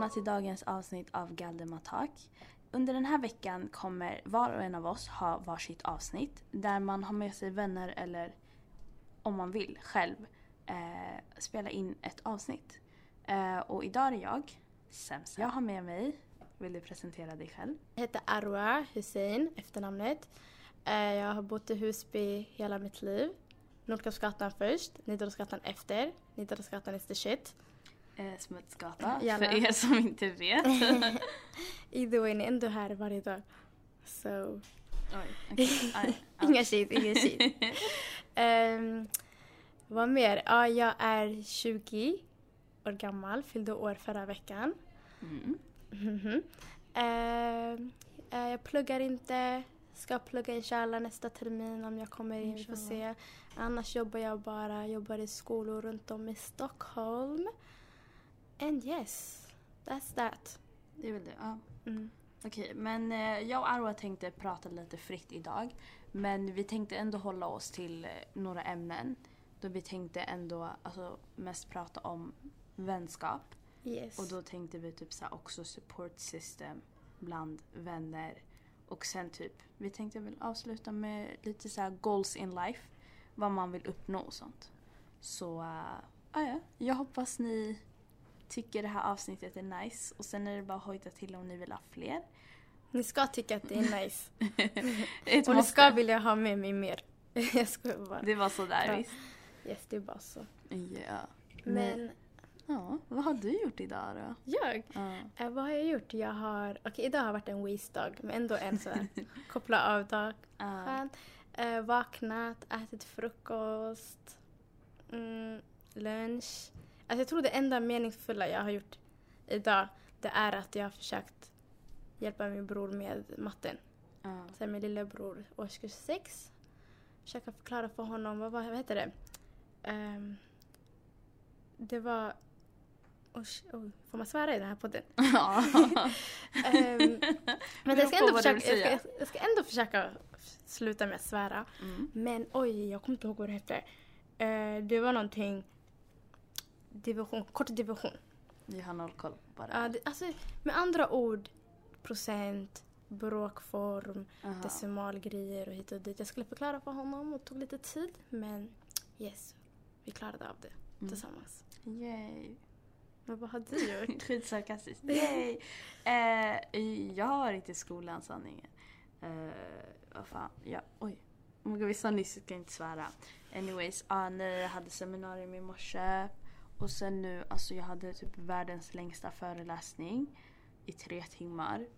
välkomna till dagens avsnitt av Galdematak. Under den här veckan kommer var och en av oss ha varsitt avsnitt där man har med sig vänner eller om man vill själv spela in ett avsnitt. Och idag är jag, Semsa. Jag har med mig, vill du presentera dig själv? Jag heter Arwa Hussein, efternamnet. Jag har bott i Husby hela mitt liv. Nordkappsgatan först, Nidarosgatan efter. Nidarosgatan is the shit. Smutsgata, för er som inte vet. Either way, ni är ändå här varje dag. So. Okay. Inga shit. Vad mer? Ja, jag är 20 år gammal, fyllde år förra veckan. Jag pluggar inte. Ska plugga inshallah nästa termin om jag kommer in, vi får se. Annars jobbar jag jobbar i skolor runt om i Stockholm. And yes, that's that. Det är väl det, ja. Okej, men jag och Arwa tänkte prata lite fritt idag. Men vi tänkte ändå hålla oss till några ämnen. Då vi tänkte ändå mest prata om vänskap. Yes. Och då tänkte vi typ så här också support system bland vänner. Och sen typ, vi tänkte väl avsluta med lite så här goals in life. Vad man vill uppnå och sånt. Så jag hoppas ni tycker det här avsnittet är nice. Och sen är det bara att hojta till om ni vill ha fler. Ni ska tycka att det är nice. Och ni ska vilja ha med mig mer. Jag skojar bara. Det var så där, visst? Yes, det är bara så. Ja. Men ja, vad har du gjort idag då? Jag? Vad har jag gjort? Idag har varit en waste-dag. Men ändå en så här koppla av dag. Vaknat, ätit frukost, lunch. Alltså jag tror det enda meningsfulla jag har gjort idag, det är att jag har försökt hjälpa min bror med matten. Så min lillebror, årskurs 6. Försöka förklara för honom, vad heter det? Det var... får man svära i den här podden? Ja. Men jag ska ändå försöka sluta med att svära. Men jag kommer inte ihåg vad det hette. Det var någonting... kort division. Jag har noll koll på det. Med andra ord, procent, bråkform, decimalgrejer och hit och dit. Jag skulle förklara för honom och tog lite tid. Men yes, vi klarade av det tillsammans. Yay. Men vad har du gjort? Skitsarkastiskt. Yay. Jag har varit i skolan, sanningen. Vad fan. Ja, oj. Vi sa nyss, jag ska inte svära. Anyways, jag hade seminarium i morse. Och sen nu, jag hade typ världens längsta föreläsning i 3 timmar.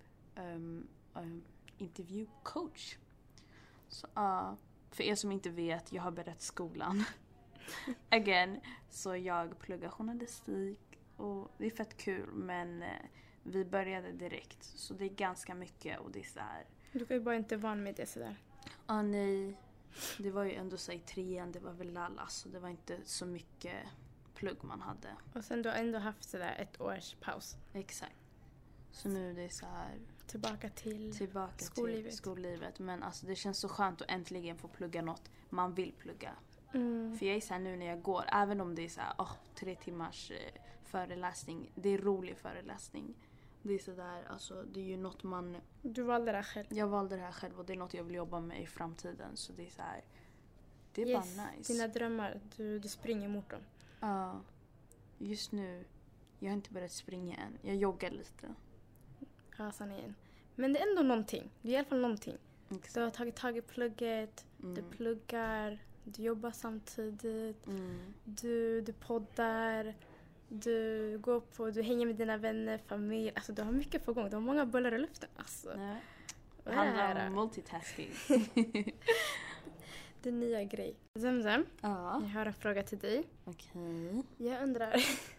Interviewcoach. Så för er som inte vet, jag har börjat skolan. Again. Så jag pluggar journalistik. Och det är fett kul, men vi började direkt. Så det är ganska mycket och det är så här. Du är ju bara inte van med det sådär. Nej. Det var ju ändå så i 3:an, det var väl lalla. Så det var inte så mycket plugg man hade. Och sen du har ändå haft sådär 1 års paus. Exakt. Så nu är det så här. Tillbaka till skollivet. Men det känns så skönt att äntligen få plugga något man vill plugga. För jag är så här nu när jag går, även om det är så här 3 timmars föreläsning, det är rolig föreläsning. Det är så där, det är ju något man... Du valde det här själv. Jag valde det här själv och det är något jag vill jobba med i framtiden. Så det är så här, det är bara nice. Dina drömmar, du springer mot dem. Ja, just nu, jag har inte börjat springa än. Jag joggar lite. Ja, sanningen. Men det är ändå någonting. Det är i alla fall någonting. Exakt. Du har tagit tag i plugget, du pluggar, du jobbar samtidigt, du poddar, du hänger med dina vänner, familj. Du har mycket på gång. Du har många bollar i luften. Det handlar om multitasking. Det är nya grej. Zemzem, jag har en fråga till dig. Okej. Jag undrar...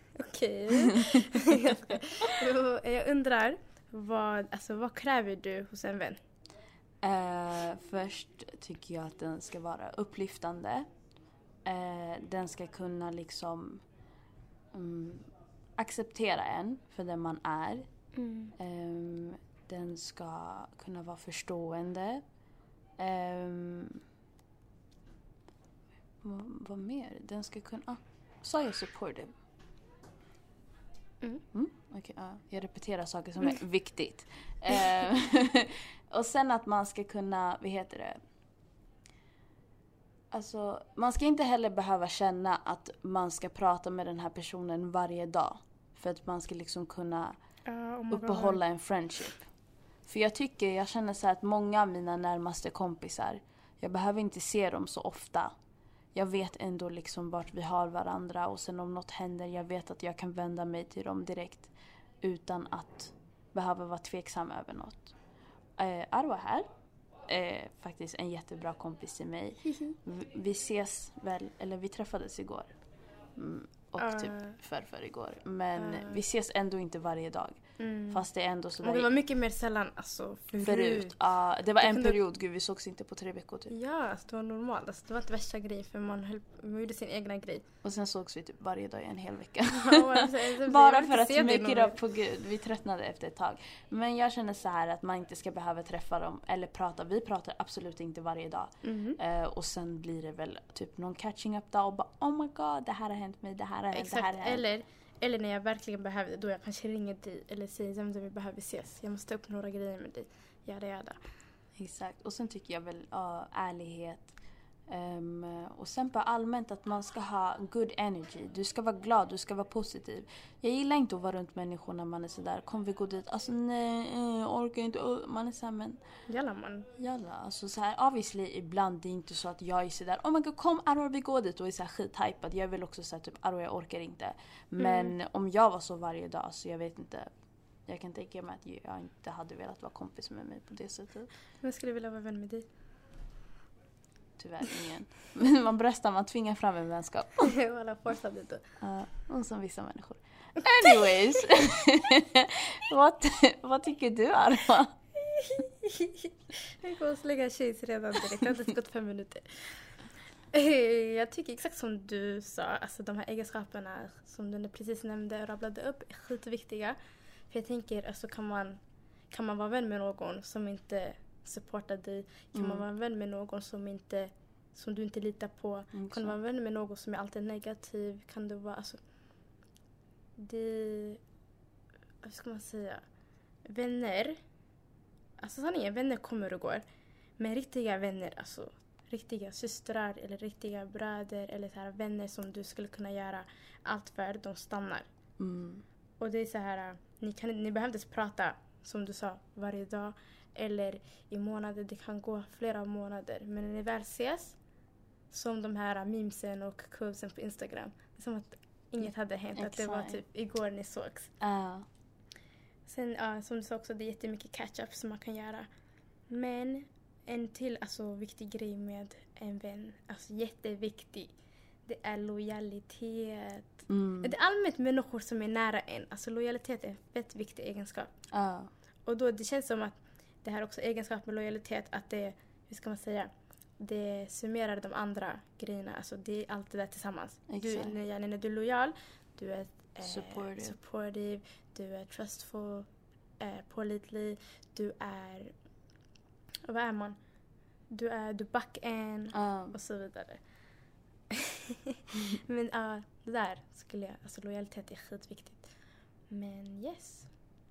Jag undrar, vad kräver du hos en vän? Först tycker jag att den ska vara upplyftande. Den ska kunna liksom acceptera en för den man är. Den ska kunna vara förstående. Vad mer? Den ska kunna... Sa jag supportive? Okej, jag repeterar saker som är viktigt. Och sen att man ska kunna, alltså, man ska inte heller behöva känna att man ska prata med den här personen varje dag. För att man ska liksom kunna uppehålla en friendship. För jag känner så här att många av mina närmaste kompisar, jag behöver inte se dem så ofta. Jag vet ändå liksom vart vi har varandra, och sen om något händer, jag vet att jag kan vända mig till dem direkt utan att behöva vara tveksam över något. Arwa här är faktiskt en jättebra kompis till mig. Vi ses väl, eller vi träffades igår. Och typ för igår. Men vi ses ändå inte varje dag. Fast det är ändå sådär. Och det var mycket mer sällan alltså, förut. Det var en period, gud, vi sågs inte på 3 veckor typ. Ja, alltså, det var normalt. Alltså, det var inte värsta grejen, för man gjorde sin egna grej. Och sen sågs vi typ varje dag i en hel vecka. Alltså, Bara för att make it up på Gud. Vi tröttnade efter ett tag. Men jag känner så här att man inte ska behöva träffa dem eller prata. Vi pratar absolut inte varje dag. Och sen blir det väl typ någon catching up dag och bara oh my god, det här har hänt mig, det här har hänt, exakt. det här har hänt. Eller när jag verkligen behöver det, då jag kanske ringer dig eller säger att vi behöver ses. Jag måste ta upp några grejer med dig. Jada. Exakt. Och sen tycker jag väl ärlighet. Och sen på allmänt att man ska ha good energy. Du ska vara glad, du ska vara positiv. Jag gillar inte att vara runt människor när man är sådär, kom vi gå dit. Alltså nej, jag orkar inte. Man är såhär, men Jalla, alltså såhär, obviously ibland det är inte så att jag är sådär, oh my god, kom Arwa, vi går dit och är såhär skithypad. Jag vill också säga typ, Arwa, jag orkar inte. Men om jag var så varje dag, så jag vet inte. Jag kan tänka mig att jag inte hade velat vara kompis med mig på det sättet. Men skulle vilja vara vän med dig? Tyvärr ingen. Men man tvingar fram en vänskap. Alla forsa lite. Och som vissa människor. Anyways. Vad tycker du, Arwa? Jag kommer att slänga tjejs redan direkt. Det har inte gått 5 minuter. Jag tycker exakt som du sa. Alltså de här egenskaperna som du precis nämnde och rabblade upp är skitviktiga. För jag tänker, alltså kan man vara vän med någon som inte supportar dig? Kan man vara vän med någon som du inte litar på? Kan du vara vän med någon som är alltid negativ? Kan du vara, alltså vad ska man säga? Vänner, alltså sanningen, vänner kommer och går. Men riktiga vänner, alltså riktiga systrar eller riktiga bröder eller så här vänner som du skulle kunna göra allt för, de stannar. Och det är så här, ni behöver inte prata som du sa varje dag eller i månader, det kan gå flera månader, men när ni väl ses, som de här memesen och kursen på Instagram, det är som att inget hade hänt, att det var typ igår ni sågs. Sen som du sa också, det är jättemycket catch-up som man kan göra. Men en till alltså viktig grej med en vän, alltså jätteviktig, det är lojalitet. Det är allmänt människor som är nära en. Alltså lojalitet är en fett viktig egenskap. Och då det känns som att det här också egenskap med lojalitet, att det, hur ska man säga, det summerar de andra grejerna. Alltså det är allt det där tillsammans. När du är lojal, du är supportive, du är trustful, pålitlig, du är, vad är man? Du back en och så vidare. Men det där skulle jag, alltså lojalitet är skitviktigt. Men yes.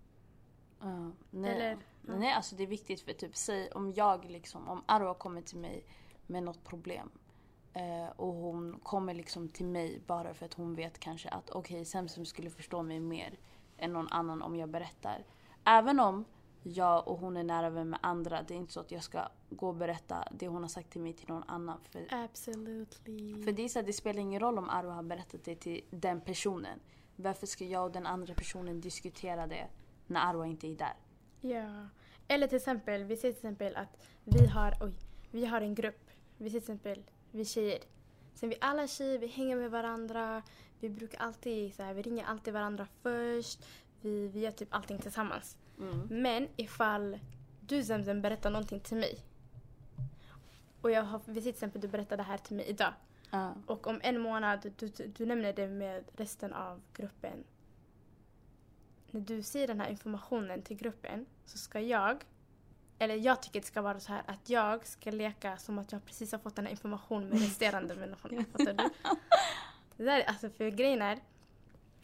Nej, alltså det är viktigt för typ, säg om Arwa kommer till mig med något problem och hon kommer liksom till mig bara för att hon vet kanske att Semsem skulle förstå mig mer än någon annan om jag berättar. Även om jag och hon är nära vän med andra, det är inte så att jag ska gå och berätta det hon har sagt till mig till någon annan. Absolutely. För det är så att det spelar ingen roll om Arwa har berättat det till den personen. Varför ska jag och den andra personen diskutera det när Arwa inte är där? Ja. Eller till exempel, vi säger till exempel att vi har en grupp. Vi säger till exempel, vi tjejer. Sen vi alla tjejer, vi hänger med varandra. Vi brukar alltid så här, vi ringer alltid varandra först. Vi gör typ allting tillsammans. Men ifall du Zemzem berättar någonting till mig. Och vi säger till exempel, du berättar det här till mig idag. Och om en månad du nämner det med resten av gruppen. När du säger den här informationen till gruppen, så ska jag tycker det ska vara så här att jag ska leka som att jag precis har fått den här informationen med resterande människorna. Fattar du? Det där, alltså för grejen är,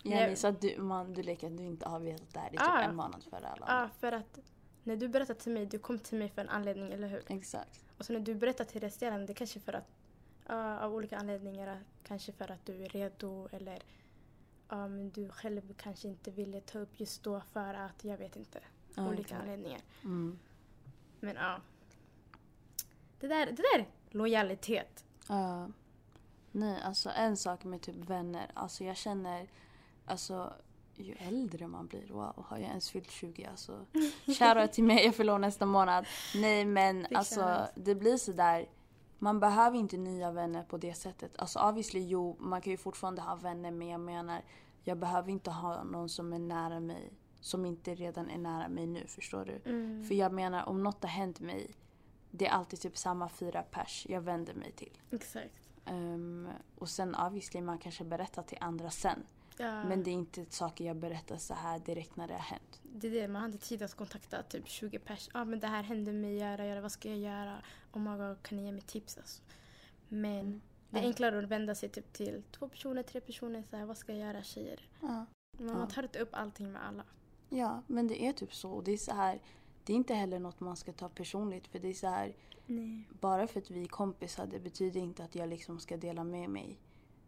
Jenny, så att du leker att du inte har vetat det här i typ en månad före alla. Ja, för att när du berättar till mig, du kom till mig för en anledning, eller hur? Exakt. Och så när du berättar till resterande, det kanske för att av olika anledningar, kanske för att du är redo eller men du själv kanske inte ville ta upp just då för att, jag vet inte, olika anledningar. Men det där är lojalitet. Nej, alltså en sak med typ vänner, alltså jag känner, alltså ju äldre man blir, wow, har jag ens fyllt 20, alltså shoutout till mig, jag förlorar nästa månad. Nej, men alltså det blir så där, man behöver inte nya vänner på det sättet. Alltså obviously, man kan ju fortfarande ha vänner, men jag menar, jag behöver inte ha någon som är nära mig, som inte redan är nära mig nu, förstår du? För jag menar, om något har hänt mig, det är alltid typ samma 4 pers jag vänder mig till. Exakt. Och sen obviously, man kanske berättar till andra sen. Men det är inte saker jag berättar så här direkt när det har hänt. Det är det, man har inte tid att kontakta typ 20 pers. Men det här hände mig, göra, vad ska jag göra? My God, kan ni ge mig tips? Alltså. Men det är enklare att vända sig typ till 2 personer, 3 personer. Så här, vad ska jag göra, tjejer? Man tar inte upp allting med alla. Ja, men det är typ så. Det är så här, det är inte heller något man ska ta personligt. För det är så här, bara för att vi är kompisar, det betyder inte att jag liksom ska dela med mig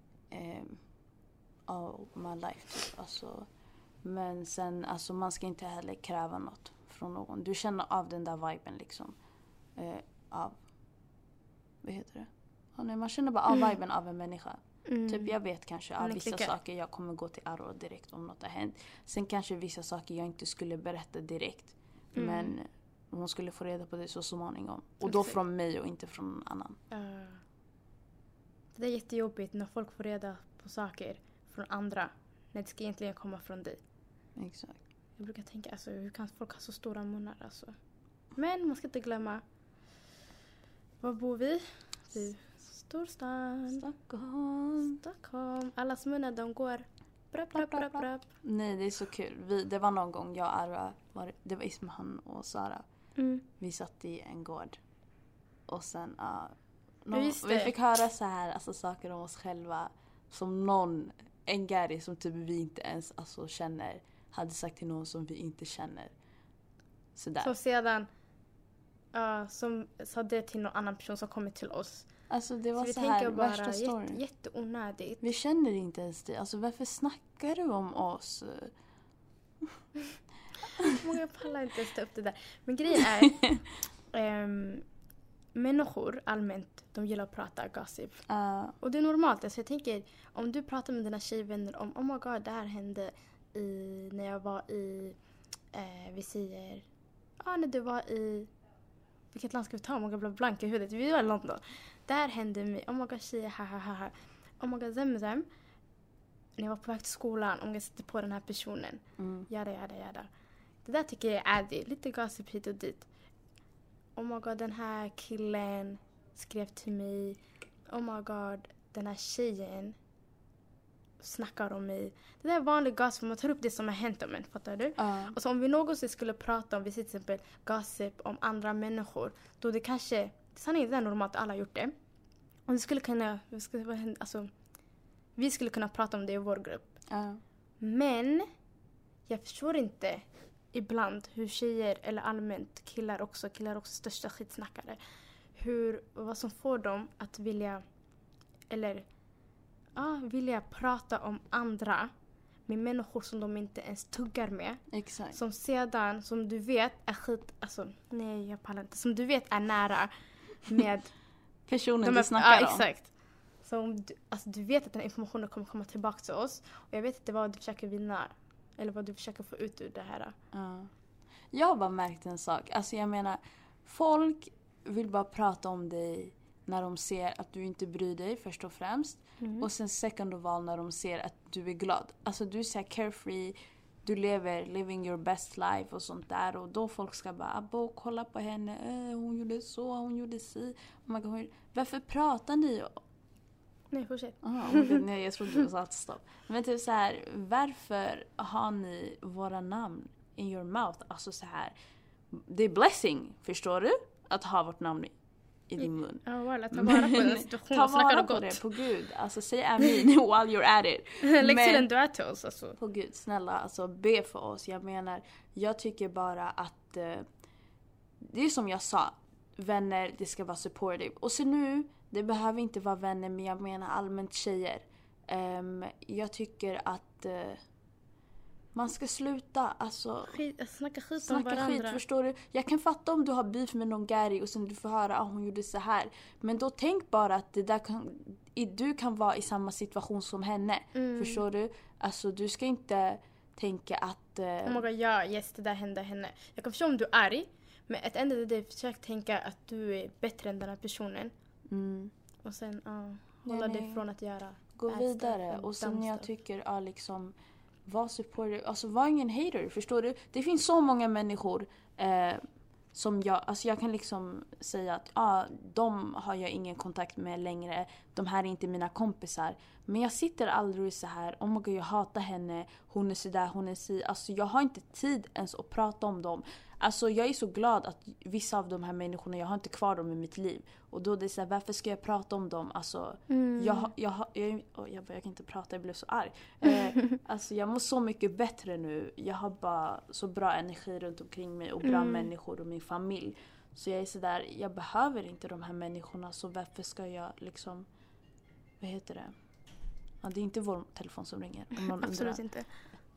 av my life. Typ. Alltså, men sen, alltså man ska inte heller kräva något från någon. Du känner av den där viben liksom. Av, vad heter det? Nej, man känner bara av viben av en människa. Typ jag vet kanske av vissa saker jag kommer gå till Arro direkt om något har hänt. Sen kanske vissa saker jag inte skulle berätta direkt. Men hon skulle få reda på det så småningom. Och då från mig och inte från någon annan. Det är jättejobbigt när folk får reda på saker från andra. När det ska egentligen komma från dig. Exakt. Jag brukar tänka, alltså, hur kan folk ha så stora munnar? Alltså. Men man ska inte glömma. Var bor vi? Storstan. Stockholm. Allas munnar, de går brapp. Nej, det är så kul. Det var någon gång jag och Arra, det var Ismahan och Sara. Vi satt i en gård. Och sen vi fick höra så här, alltså, saker om oss själva som en Gary som typ vi inte ens alltså, känner hade sagt till någon som vi inte känner. Sådär. Så sedan som sa det till någon annan person som kommit till oss. Alltså det var så här värsta storyn. Jätteonödigt. Vi känner inte ens det. Alltså varför snackar du om oss? Jag pallar inte ens ta upp det där. Men grejen är människor allmänt, de gillar att prata gossip. Och det är normalt. Alltså jag tänker, om du pratar med dina tjejvänner om oh my god, det här hände när jag var i vi säger när du var i vilket land ska vi ta? Oh my god, blev blank i huvudet. Vi var i London. Det här hände mig. Oh my god, tjejer, hahaha. Oh my god, Zemzem. När jag var på väg till skolan, om jag sitter på den här personen. Jada. Det där tycker jag är det. Lite gossip hit och dit. Oh my god, den här killen skrev till mig. Oh my god, den här tjejen snackar om mig. Det där är vanlig gossip. Man tar upp det som har hänt om en, fattar du? Och så om vi någonsin skulle prata om, vi till exempel gossip om andra människor, då det kanske, sanningen är normalt att alla har gjort det. Och det skulle kunna, vi skulle kunna prata om det i vår grupp. Men jag förstår inte ibland hur tjejer, eller allmänt killar också största skitsnackare, vad som får dem att vilja prata om andra med människor som de inte ens tuggar med. Exakt. Som sedan, som du vet är jag pallar inte. Som du vet är nära med personen du snackar om. Exakt. Så du vet att den informationen kommer komma tillbaka till oss. Och jag vet inte vad du försöker vinna. Eller vad du försöker få ut ur det här. Jag har bara märkt en sak. Alltså jag menar, folk vill bara prata om dig när de ser att du inte bryr dig först och främst. Och sen second of all när de ser att du är glad. Alltså du är så här carefree, du living your best life och sånt där. Och då folk ska bara, kolla på henne, hon gjorde så, hon gjorde si. Varför pratar ni? Nej, fortsätt. Nej, jag trodde du sa att stopp. Men typ så här, varför har ni våra namn in your mouth? Alltså så här, det är blessing, förstår du? Att ha vårt namn i din mun. Ja, voilà, ta vara på den situationen. Ta Snackar vara du på gott? det, på Gud. Alltså säg amin while you're at it. Lägg till Men- en dua till oss alltså. På Gud, snälla, alltså be för oss. Jag menar, jag tycker bara att det är som jag sa, vänner, det ska vara supportive. Och så nu, det behöver inte vara vänner, men jag menar allmänt tjejer. Jag tycker att man ska sluta, alltså Snacka skit om snacka varandra. skit, förstår du? Jag kan fatta om du har beef med någon Gary och sen du får höra att hon gjorde så här. Men då tänk bara att det där du kan vara i samma situation som henne. Förstår du? Alltså du ska inte tänka att... Oh my God, ja, yes, det där hände henne. Jag kan förstå om du är arg, men ett enda det försök tänka att du är bättre än den här personen. Och sen hålla dig från att göra gå bad vidare. stuff Och sen dumb jag stuff. tycker liksom var supportive. Alltså var ingen hater, förstår du? Det finns så många människor som jag kan liksom säga att de har jag ingen kontakt med längre. De här är inte mina kompisar. Men jag sitter aldrig så här, oh my God, jag hatar henne, hon är så där, hon är så. Alltså jag har inte tid ens att prata om dem. Alltså jag är så glad att vissa av de här människorna, jag har inte kvar dem i mitt liv. Och då är det så här, varför ska jag prata om dem? Alltså jag kan inte prata, jag blev så arg. Alltså jag mår så mycket bättre nu. Jag har bara så bra energi runt omkring mig och bra människor och min familj. Så jag är så där, jag behöver inte de här människorna, så varför ska jag liksom, vad heter det? Ja, det är inte vår telefon som ringer. Om någon Absolut undrar. inte.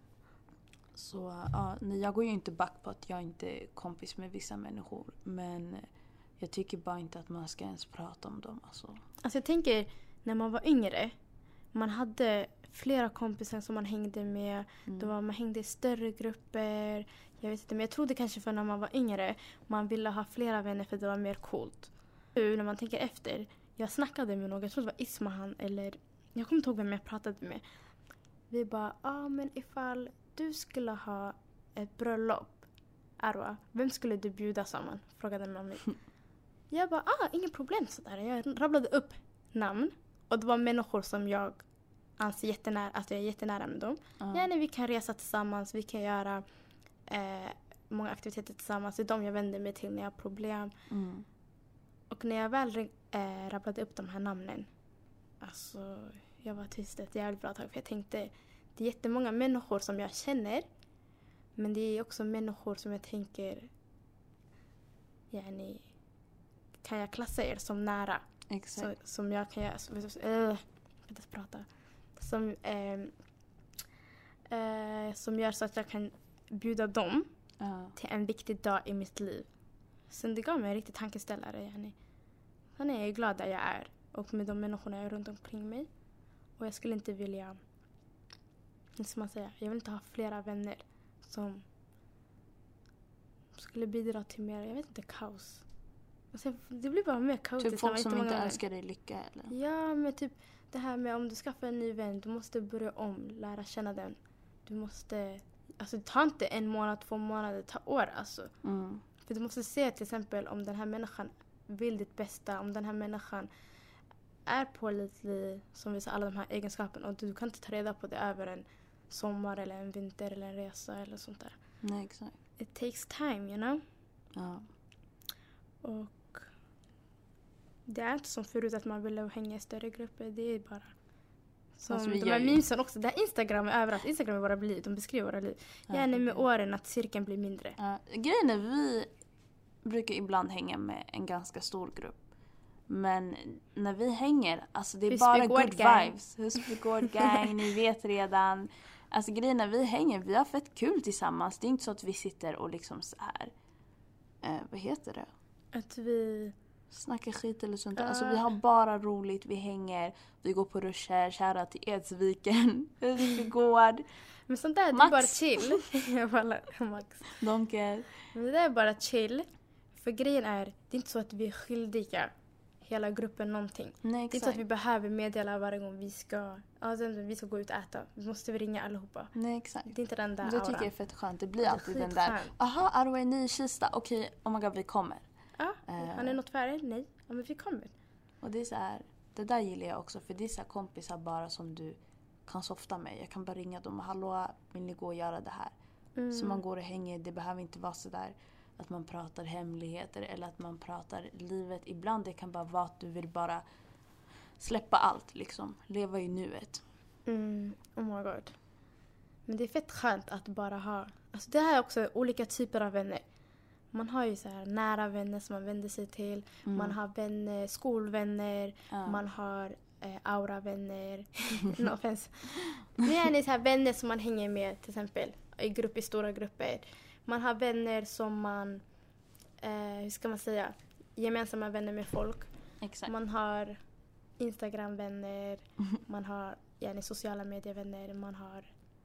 Så nej, jag går ju inte back på att jag inte är kompis med vissa människor. Men jag tycker bara inte att man ska ens prata om dem. Alltså jag tänker, när man var yngre, man hade flera kompisar som man hängde med. Då man hängde i större grupper. Jag vet inte, men jag trodde kanske för när man var yngre, man ville ha flera vänner för det var mer coolt. Nu när man tänker efter, jag snackade med någon, jag tror det var Ismahan eller jag kommer inte ihåg vem jag pratade med. Vi bara, men ifall du skulle ha ett bröllop, Arwa, vem skulle du bjuda samman? Frågade man mig. Jag bara, ingen problem sådär. Jag rabblade upp namn. Och det var människor som jag anser jättenära, att jag är jättenära med dem. Vi kan resa tillsammans, vi kan göra många aktiviteter tillsammans. Det är de jag vänder mig till när jag har problem. Och när jag väl rabblade upp de här namnen, alltså jag var tyst ett jävligt bra tag. För jag tänkte, det är jättemånga människor som jag känner. Men det är också människor som jag tänker, kan jag klassa er som nära? exakt. Som jag kan göra, jag kan inte prata. Som gör så att jag kan bjuda dem till en viktig dag i mitt liv. Sen det gav mig en riktig tankeställare. Sen är jag glad där jag är. Och med de människorna jag är runt omkring mig. Och jag skulle inte vilja, som man säger, jag vill inte ha flera vänner som skulle bidra till mer, jag vet inte, kaos. Alltså, det blir bara mer kaotiskt. Typ folk som inte önskar dig lycka, eller? Ja, men typ det här med om du skaffar en ny vän, du måste börja om, lära känna den. Du måste, alltså ta inte 1 månad, 2 månader, ta år alltså. För du måste se till exempel om den här människan vill ditt bästa, om den här människan är pålitlig, som vi sa, alla de här egenskaperna, och du kan inte ta reda på det över en sommar eller en vinter eller en resa eller sånt där. Nej, exakt. It takes time, you know? Ja. Och det är inte som förut att man vill hänga i större grupper. Det är bara som Alltså, vi de gör här ju- memesen också. Det här Instagram är överallt. Instagram är våra liv. De beskriver våra liv. Gärna med åren att cirkeln blir mindre. Grejen är, vi brukar ibland hänga med en ganska stor grupp. Men när vi hänger, alltså det är bara Husbygård good gang. vibes. Husbygård gang, ni vet redan. Alltså grejen när vi hänger, vi har fett kul tillsammans. Det är inte så att vi sitter och liksom så här. Vad heter det? Att vi... Snackar skit eller sånt där. Alltså vi har bara roligt, vi hänger, vi går på ruscher, kära till Edsviken, Husbygård, Men sånt där, det är Max. bara chill. Jag bara, Max. Donker. Men det där är bara chill. För grejen är, det är inte så att vi är skyldiga hela gruppen någonting. Nej, Det är inte så exakt. att vi behöver meddela varje gång vi ska gå ut och äta. Vi måste ringa allihopa. Nej, exakt. Det är inte den där Jag tycker det är auran. fett skönt. Det blir Det är alltid den där. skitskönt. Aha, Arwa är ny i Kista. Okej, oh my god, vi kommer. Ja, har ni något färdigt? Nej. Ja, men vi kommer. Och det är så här, det där gillar jag också. För det är så här kompisar bara som du kan softa med. Jag kan bara ringa dem och hallå, vill ni gå och göra det här? Så man går och hänger, det behöver inte vara så där. att man pratar hemligheter eller att man pratar livet. Ibland det kan bara vara att du vill bara släppa allt liksom. Leva i nuet. Oh my god. Men det är fett skönt att bara ha... Alltså det här är också olika typer av vänner. Man har ju så här nära vänner som man vänder sig till. Man har vänner, skolvänner. Man har aura-vänner. No offense. Men är så här vänner som man hänger med till exempel i stora grupper. Man har vänner som man... hur ska man säga? Gemensamma vänner med folk. Exakt. Man har Instagram-vänner. Man har sociala medievänner. Man har...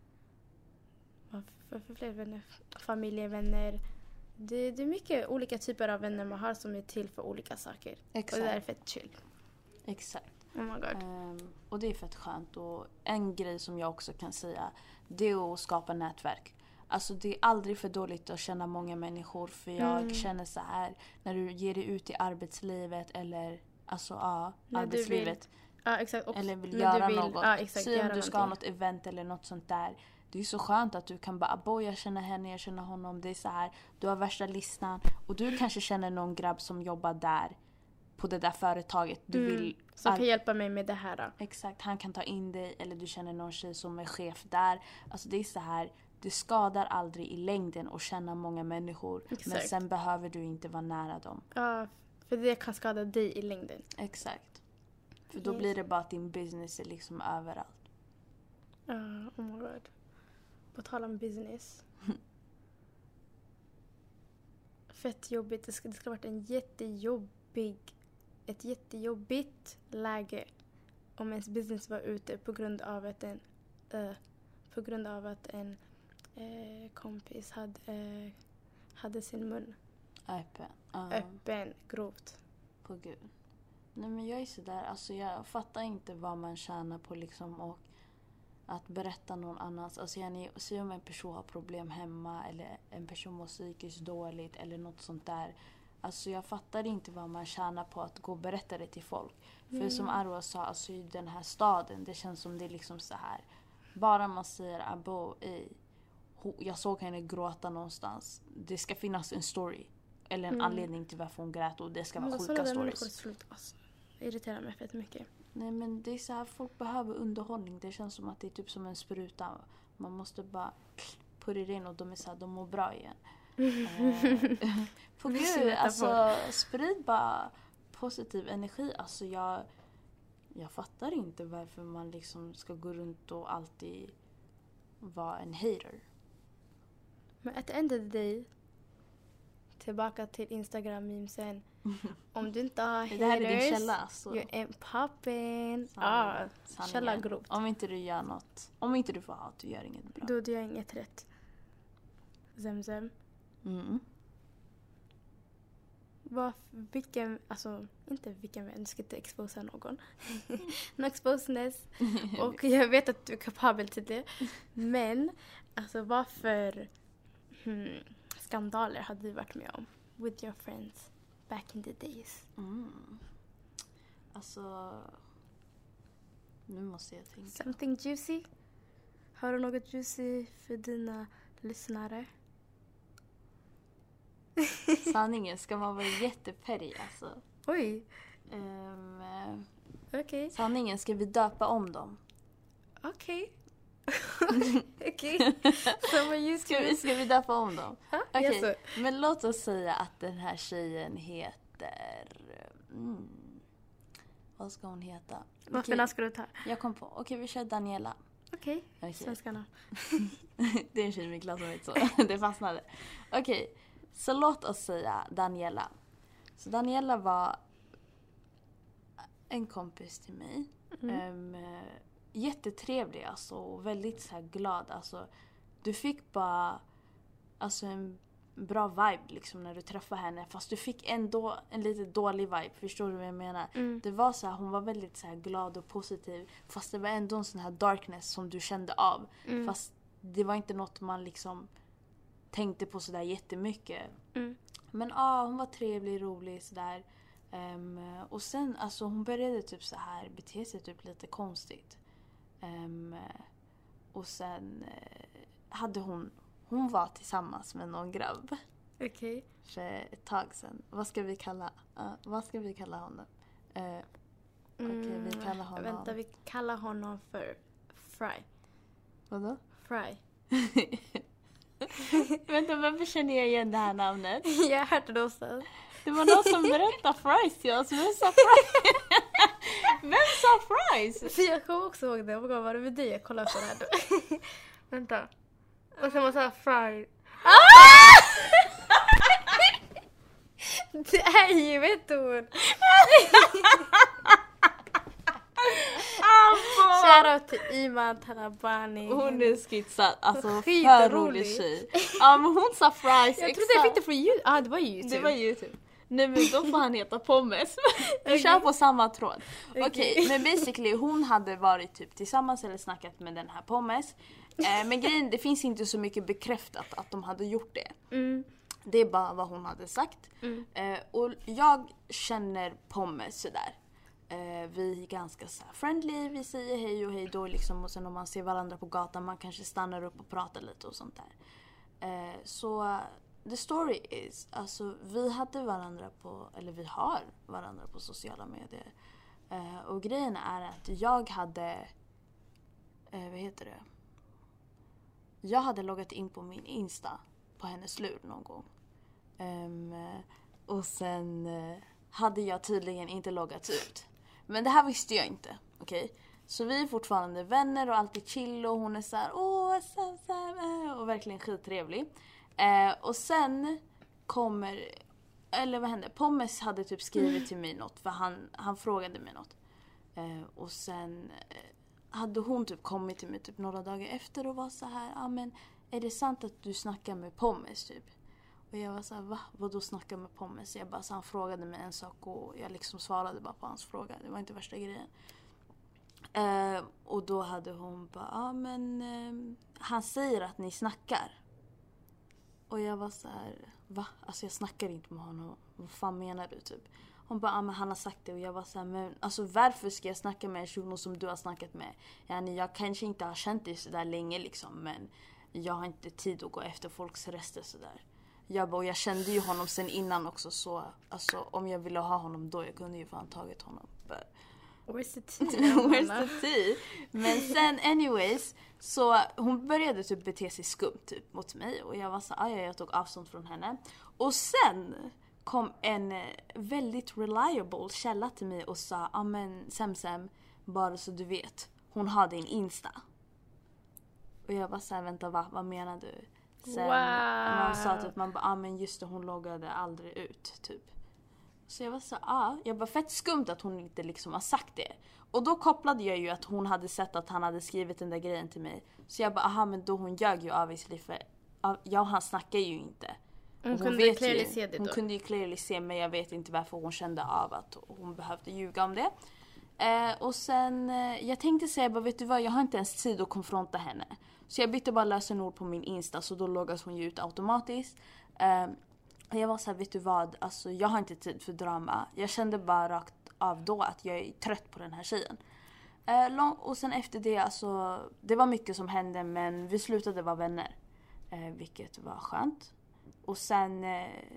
Vad för fler vänner? Familjevänner. Det är mycket olika typer av vänner man har som är till för olika saker. Exakt. Och det där är fett chill. Exakt. Oh my god. Och det är fett skönt. Och en grej som jag också kan säga, det är att skapa nätverk. Alltså det är aldrig för dåligt att känna många människor. För jag känner så här, när du ger dig ut i arbetslivet eller arbetslivet. Ja, exakt. Och eller vill göra något. Ja, exakt, så om du ska ha något event eller något sånt där. Det är så skönt att du kan bara, jag känner henne, jag känner honom. Det är så här, du har värsta listan. Och du kanske känner någon grabb som jobbar där. På det där företaget. Du vill... Som kan hjälpa mig med det här då. Exakt, han kan ta in dig. Eller du känner någon tjej som är chef där. Alltså det är så här, det skadar aldrig i längden att känna många människor. Exakt. Men sen behöver du inte vara nära dem. Ja, för det kan skada dig i längden. Exakt. För då blir det bara att din business är liksom överallt. Oh my god. På tal om business. Fett jobbigt. Det skulle ha varit ett jättejobbigt läge om ens business var ute på grund av att en kompis hade sin mun öppen grovt. På gud. Nej men jag är sådär, alltså jag fattar inte vad man tjänar på liksom och att berätta någon annans. Alltså se om en person har problem hemma eller en person mår psykiskt dåligt eller något sånt där. Alltså jag fattar inte vad man tjänar på att gå och berätta det till folk. För som Arwa sa, alltså i den här staden, det känns som det är liksom så här. Bara man säger jag såg henne gråta någonstans. Det ska finnas en story. Eller en anledning till varför hon grät och det ska vara sjuka stories. Det irriterar mig fett mycket. Nej men det är så här, folk behöver underhållning. Det känns som att det är typ som en spruta. Man måste bara putta in och de är så här, de mår bra igen. På gud, alltså sprid bara positiv energi. Alltså jag fattar inte varför man liksom ska gå runt och alltid vara en hater. Men at the end of the day, tillbaka till Instagram-memesen. Om du inte har haters, det här är din källa, alltså. You ain't poppin'. Källa grovt. Om inte du gör något, om inte du får hat, du gör inget bra. Då du gör inget rätt. Zemzem. Inte vilken vän, du ska inte exposa någon. No exposeness. Och jag vet att du är kapabel till det. Men, alltså varför skandaler hade du varit med om? With your friends back in the days. Alltså, nu måste jag tänka. Something juicy? Har du något juicy för dina lyssnare? Sanningen, ska man vara jätteperrig alltså. Oj. Okej. Sanningen, ska vi döpa om dem? Okej. Okej. Ska vi döpa om dem? Okej. Yes. Men låt oss säga att den här tjejen heter... vad ska hon heta? Varför när ska du ta? Jag kom på. Okej, vi kör Daniela. Okej. Svenskarna. Det är en tjej i min klass som heter så. Det fastnade. Okej. Så låt oss säga Daniela. Så Daniela var en kompis till mig. Jättetrevlig alltså. Och väldigt så här glad. Alltså, du fick bara alltså, en bra vibe liksom, när du träffade henne. Fast du fick ändå en lite dålig vibe. Förstår du vad jag menar? Det var så här, hon var väldigt så här, glad och positiv. Fast det var ändå en sån här darkness som du kände av. Fast det var inte något man liksom... tänkte på sådär jättemycket. Men hon var trevlig, rolig sådär. Och sen, alltså hon började typ så här bete sig typ lite konstigt. Och sen hade hon var tillsammans med någon grabb. Okej. för ett tag sedan. Vad ska vi kalla honom? Okej, vi kallar honom... Vänta, vi kallar honom för Fry. Vadå? Fry. Vänta, varför känner jag igen det här namnet? Jag har hört det någonstans. Det var någon som berättade fries till oss. Vem sa fries? Vem sa fries? Jag kommer också ihåg det. Jag var det med dig? Jag kollar på det här då. Vänta. Och sen måste jag Fry. Det är ju, vet du. Shoutout till Iman Talabani. Hon är skitsad. Alltså för Skitrolig. rolig tjej. Ja, men hon sa fries. Jag trodde jag fick det från YouTube. Det var YouTube. Det var YouTube. Nej, men då får han heta Pommes. Vi kör på samma tråd. Okej, men basically hon hade varit typ tillsammans eller snackat med den här Pommes. Men grejen, det finns inte så mycket bekräftat att de hade gjort det. Det är bara vad hon hade sagt. Och jag känner Pommes sådär. Vi är ganska så här friendly, vi säger hej och hej då liksom. Och sen om man ser varandra på gatan, man kanske stannar upp och pratar lite och sånt där. Så the story is, alltså vi hade varandra på, eller vi har varandra på sociala medier. Och grejen är att jag hade, jag hade loggat in på min Insta på hennes lur någon gång. Och sen hade jag tydligen inte loggat ut. Men det här visste jag inte, okej? Så vi är fortfarande vänner och alltid chill och hon är så här, och verkligen skittrevlig. Och sen kommer, eller vad hände? Pommes hade typ skrivit till mig något, för han frågade mig något. Och sen hade hon typ kommit till mig typ några dagar efter och var så här, men är det sant att du snackar med Pommes typ? Och jag var så här, va? Vadå snacka med Pommes? Jag bara, så han frågade mig en sak och jag liksom svarade bara på hans fråga. Det var inte värsta grejen. Och då hade hon bara, han säger att ni snackar. Och jag var så här, va? Alltså jag snackar inte med honom. Vad fan menar du typ? Hon bara, men han har sagt det. Och jag var så här, men alltså varför ska jag snacka med en shuno som du har snackat med? Jag kanske inte har känt dig så där länge liksom, men jag har inte tid att gå efter folks rester så där. Jag kände ju honom sen innan också, så alltså, om jag ville ha honom då, jag kunde ju fan tagit honom. Where's the tea? Where's the tea? Men sen anyways, så hon började typ bete sig skumt typ mot mig. Och jag var så jag tog avstånd från henne. Och sen kom en väldigt reliable källa till mig och sa, men Semsem, bara så du vet, hon har din Insta. Och jag var så här, vänta, vad menar du? Sen man sa typ, man bara, men just det, hon loggade aldrig ut typ. Så jag var så jag bara, fett skumt att hon inte liksom har sagt det. Och då kopplade jag ju att hon hade sett att han hade skrivit den där grejen till mig. Så jag bara, men då hon ljög ju obviously, för jag och han snackar ju inte. Hon kunde ju clearly se det då. Hon kunde ju clearly se, men jag vet inte varför hon kände av att hon behövde ljuga om det. Och sen, jag tänkte säga, bara, vet du vad, jag har inte ens tid att konfronta henne. Så jag bytte bara lösenord på min Insta, så då loggas hon ju ut automatiskt. Jag var så här, vet du vad, alltså jag har inte tid för drama. Jag kände bara rakt av då att jag är trött på den här tjejen. Och sen efter det, alltså det var mycket som hände, men vi slutade vara vänner. Vilket var skönt. Och sen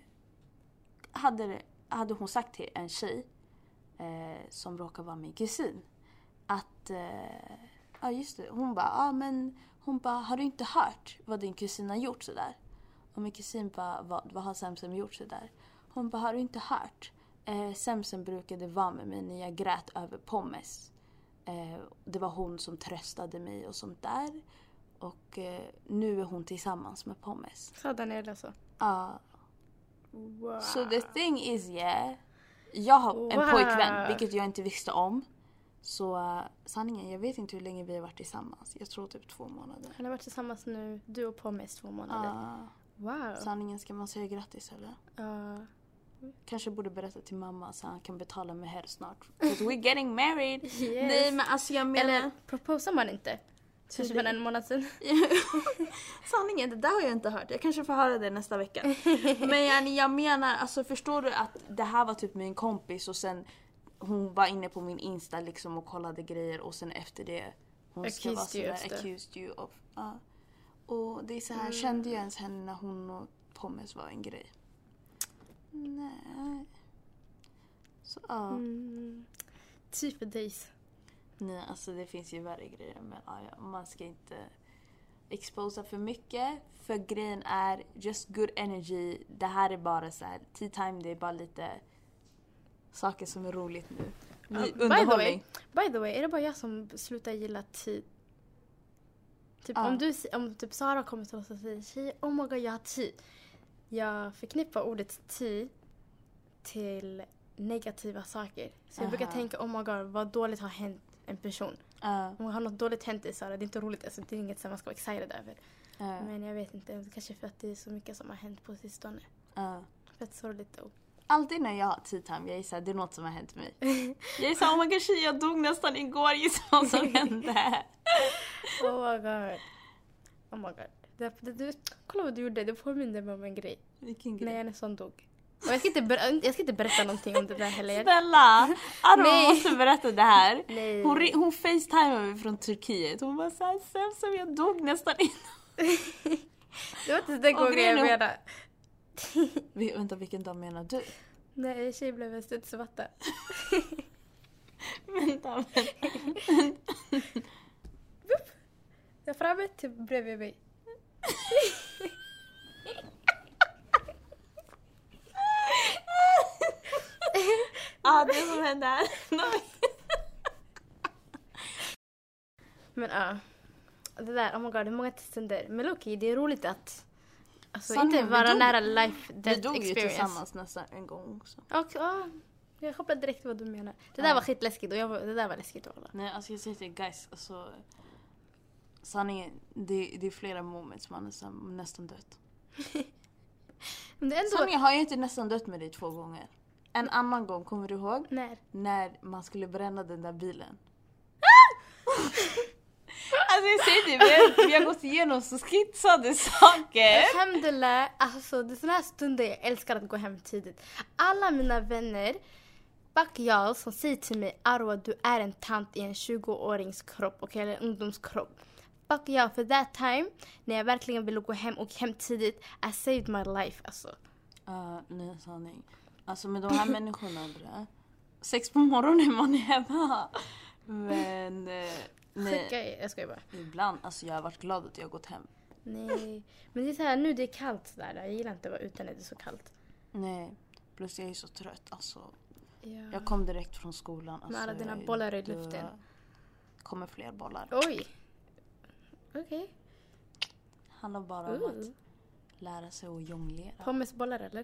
hade hon sagt till en tjej som råkar vara min kusin att just det, hon bara, har du inte hört vad din kusin har gjort så där? Och min kusin bara, vad har Semsem gjort så där? Hon bara, har du inte hört? Semsem brukade vara med mig när jag grät över Pommes. Det var hon som tröstade mig och sånt där. Och nu är hon tillsammans med Pommes. Så den är det så? Ja. Wow. So the thing is, jag har en pojkvän, vilket jag inte visste om. Så sanningen, jag vet inte hur länge vi har varit tillsammans. Jag tror typ 2 månader. Han har varit tillsammans nu, du och Pommes 2 månader. Wow. Sanningen, ska man säga grattis eller? Kanske borde berätta till mamma så han kan betala mig här snart. Because we're getting married. Yes. Nej, men alltså jag menar... Eller proposar man inte? Kanske för en månad sedan. Sanningen, det där har jag inte hört. Jag kanske får höra det nästa vecka. Men jag menar, alltså förstår du att det här var typ min kompis och sen hon var inne på min Insta liksom och kollade grejer och sen efter det hon ska vara sådär accused you of. Och det är så här, kände jag ens henne när hon pommes var en grej. Nej. Så ja. Tea for days. Nej, alltså det finns ju värre grejer. Men ja, man ska inte exposa för mycket. För grejen är just good energy. Det här är bara så här, tea time, det är bara lite saker som är roligt nu. Underhållning. By the way, är det bara jag som slutar gilla tea? Typ om typ Sara kommer till oss och säger oh my god, jag har tea. Jag förknippar ordet tea till negativa saker. Så jag brukar tänka, oh my god, vad dåligt har hänt en person. Om har något dåligt hänt i Sara, det är inte roligt. Alltså, det är inget som man ska vara excited över. Men jag vet inte, kanske för att det är så mycket som har hänt på sistone. För att sorgligt då. Alltid när jag har tea time, jag gissar det är något som har hänt mig. Jag gissar, oh my god, jag dog nästan igår, gissar vad som hände. Oh my god. Kolla vad du gjorde, det påminner mig om en grej. Vilken grej? När jag nästan dog. Och jag ska inte berätta någonting om det där heller. Snälla, Arno måste berätta det här. Nej. Hon facetimade mig från Turkiet. Hon var såhär, som jag dog nästan innan. Det var inte den gången jag menade. Vänta, vilken dag menar du? Nej, tjej blev en studsvatta. Vänta. Jag framme till bredvid mig. Det som hände här. Men det där, oh my god, det är många stunder. Men Loki, det är roligt att alltså, Sanningen, inte vara nära life death experience. Vi dog ju tillsammans nästan en gång också. Jag kopplar direkt vad du menar. Det där var skitläskigt och det där var läskigt att hålla. Nej, alltså jag säger till guys, alltså sanningen, det är flera moments man är nästan dött. Men det är ändå... Sanningen har jag inte nästan dött med dig 2 gånger. En annan gång, kommer du ihåg? När man skulle bränna den där bilen. Alltså jag säger det, vi har gått igenom så skitsade saker. Alhamdulillah, alltså det är såna här stunder jag älskar att gå hem tidigt. Alla mina vänner, fuck y'all, som säger till mig, Arwa, du är en tant i en 20-årings kropp, okay, eller ungdomskropp. Fuck y'all, för that time, när jag verkligen ville gå hem och hem tidigt, I saved my life, alltså. Nej, sanning. Alltså med de här människorna, 6 på morgonen man är hemma. Men nej. Jag skojar bara. Ibland, alltså jag har varit glad att jag har gått hem. Nej, men det är så här, nu det är kallt där. Jag gillar inte att vara ute när det är så kallt. Nej, plus jag är så trött, alltså. Ja. Jag kom direkt från skolan. Alltså, med alla dina bollar i luften. Kommer fler bollar. Oj. Okej. Handlar bara om att lära sig att jonglera. Pommesbollar eller?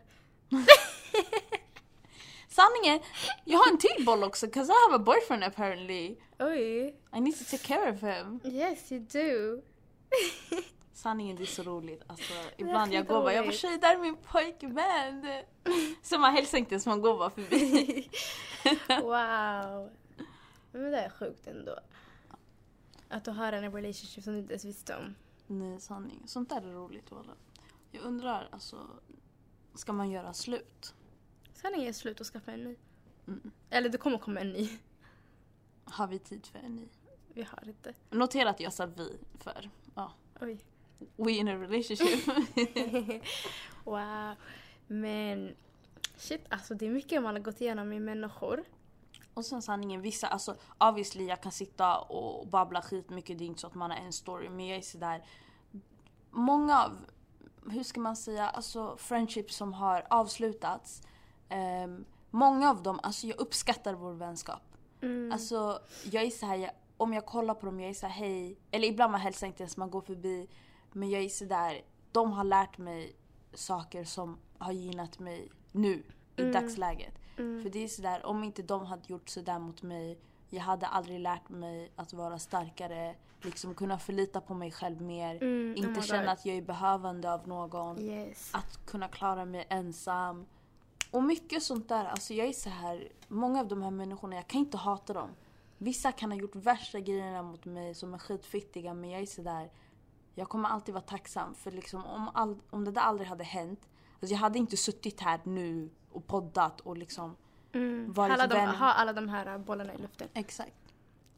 Sanningen, jag har en till boll också, 'cause I have a boyfriend apparently. Oj. I need to take care of him. Yes, you do. Sanningen, det är så roligt. Alltså, ibland jag går bara, jag får tjej, där är min pojkvän. Så man hälsar inte ens, man går bara förbi. Wow. Men det är sjukt ändå. Att du har en relationship som du inte ens visste om. Nej, sanning. Sånt där är roligt, walla. Jag undrar, alltså, ska man göra slut? Sanningen är slut och skaffa en ny. Eller det kommer komma en ny. Har vi tid för en ny? Vi har inte. Notera att jag sa vi för, Oj. We in a relationship. Wow. Men shit, alltså det är mycket man har gått igenom i människor. Och sen sanningen, vissa, alltså obviously jag kan sitta och babbla skit mycket, det är inte så att man har en story, men jag är sådär, många av, hur ska man säga, alltså friendships som har avslutats, många av dem, alltså jag uppskattar vår vänskap. Alltså jag är såhär, om jag kollar på dem, jag är såhär, hej, eller ibland man hälsar inte ens, man går förbi, men jag är sådär, de har lärt mig saker som har gynnat mig nu i dagsläget. För det är sådär, om inte de hade gjort sådär mot mig, jag hade aldrig lärt mig att vara starkare, liksom kunna förlita på mig själv mer, inte känna att jag är behövande av någon, att kunna klara mig ensam och mycket sånt där. Alltså jag är så här, många av de här människorna, jag kan inte hata dem. Vissa kan ha gjort värsta grejerna mot mig som är skitfittiga, men jag är så där, jag kommer alltid vara tacksam för liksom, om det där aldrig hade hänt, alltså jag hade inte suttit här nu och poddat och liksom varit ha alla de här bollarna i luften. Exakt.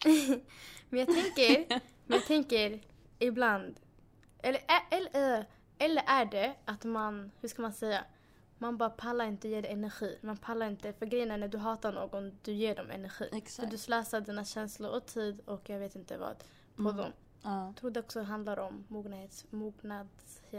Men jag tänker ibland, eller Eller är det att man, hur ska man säga, man bara pallar inte ge det energi. Man pallar inte, för grejen är när du hatar någon, du ger dem energi. Exakt. För du slösar dina känslor och tid och jag vet inte vad på dem. Ja. Jag tror det också handlar om mognadsfråga.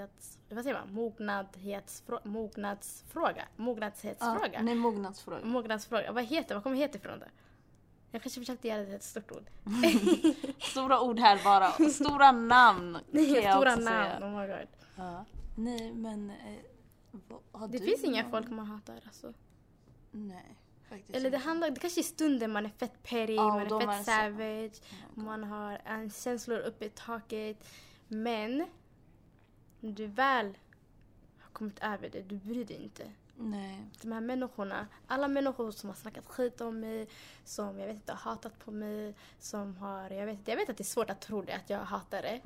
Nej, mognadsfråga. Mognadsfråga. Vad kommer det heta ifrån det? Jag kanske försökte göra det till ett stort ord. Stora ord här bara. Stora namn. Stora namn, oh my god. Ja. Nej, men... Det finns inga folk man hatar alltså. Nej, faktiskt eller det kanske är stunden man är fett petty, man är fett savage, man har en känslor uppe i taket. Men när du väl har kommit över det, du bryr dig inte. Nej. De här människorna, alla människor som har snackat skit om mig, som jag vet inte har hatat på mig, som har, jag vet att det är svårt att tro det, att jag hatar det.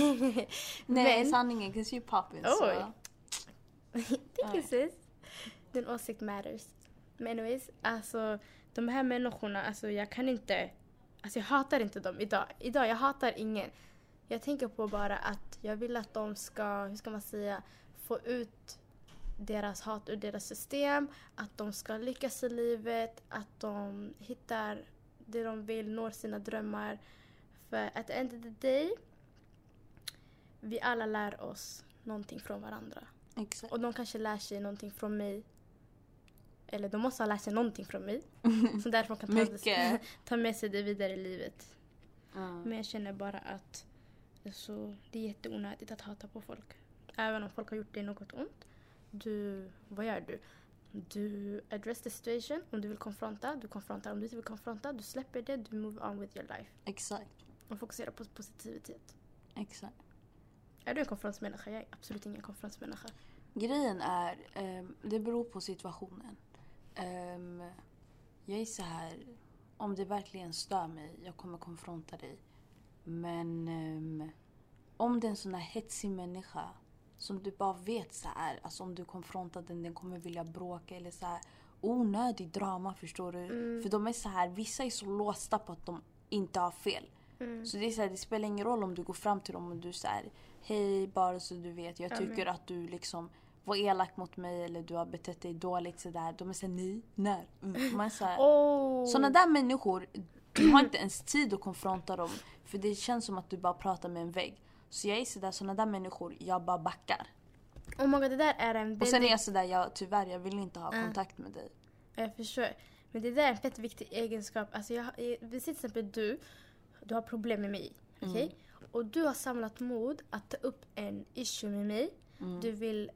Nej, sanningen, 'cause you poppin'. Oj. Thank you sis. Din åsikt matters. Men anyways, alltså de här människorna, alltså jag kan inte, alltså jag hatar inte dem idag jag hatar ingen. Jag tänker på bara att jag vill att de ska, hur ska man säga, få ut deras hat ur deras system, att de ska lyckas i livet, att de hittar det de vill, når sina drömmar. För at the end of the day, vi alla lär oss någonting från varandra. Exakt. Och de kanske lär sig någonting från mig. Eller de måste ha lärt sig någonting från mig. Så därför kan ta med sig det vidare i livet. Men jag känner bara att det är jätteonödigt att hata på folk. Även om folk har gjort dig något ont. Vad gör du? Du address the situation. Om du vill konfronta, du konfrontar. Om du inte vill konfronta, du släpper det. Du move on with your life. Exakt. Och fokuserar på positivitet. Exakt. Är du en konfrontsmänniska? Jag är absolut ingen konfrontsmänniska. Grejen är, det beror på situationen. Jag är så här, om det verkligen stör mig, jag kommer konfronta dig. Men om det är en sån här hetsig människa som du bara vet så här, alltså om du konfrontar den kommer vilja bråka eller så här onödig drama, förstår du? För de är så här, vissa är så låsta på att de inte har fel. Så det är så här, det spelar ingen roll om du går fram till dem och du säger hej, bara så du vet, jag tycker att du liksom var elak mot mig eller du har betett dig dåligt så där. De är så här, nej, när? De är så här, såna där människor, du har inte ens tid att konfronta dem, för det känns som att du bara pratar med en vägg. Så jag är så där, såna där människor, jag bara backar. Det där är en och sen är jag så där, tyvärr, jag vill inte ha kontakt med dig. Jag förstår. Men det där är en fett viktig egenskap. Alltså till exempel du har problem med mig, okej? Och du har samlat mod att ta upp en issue med mig. Du vill,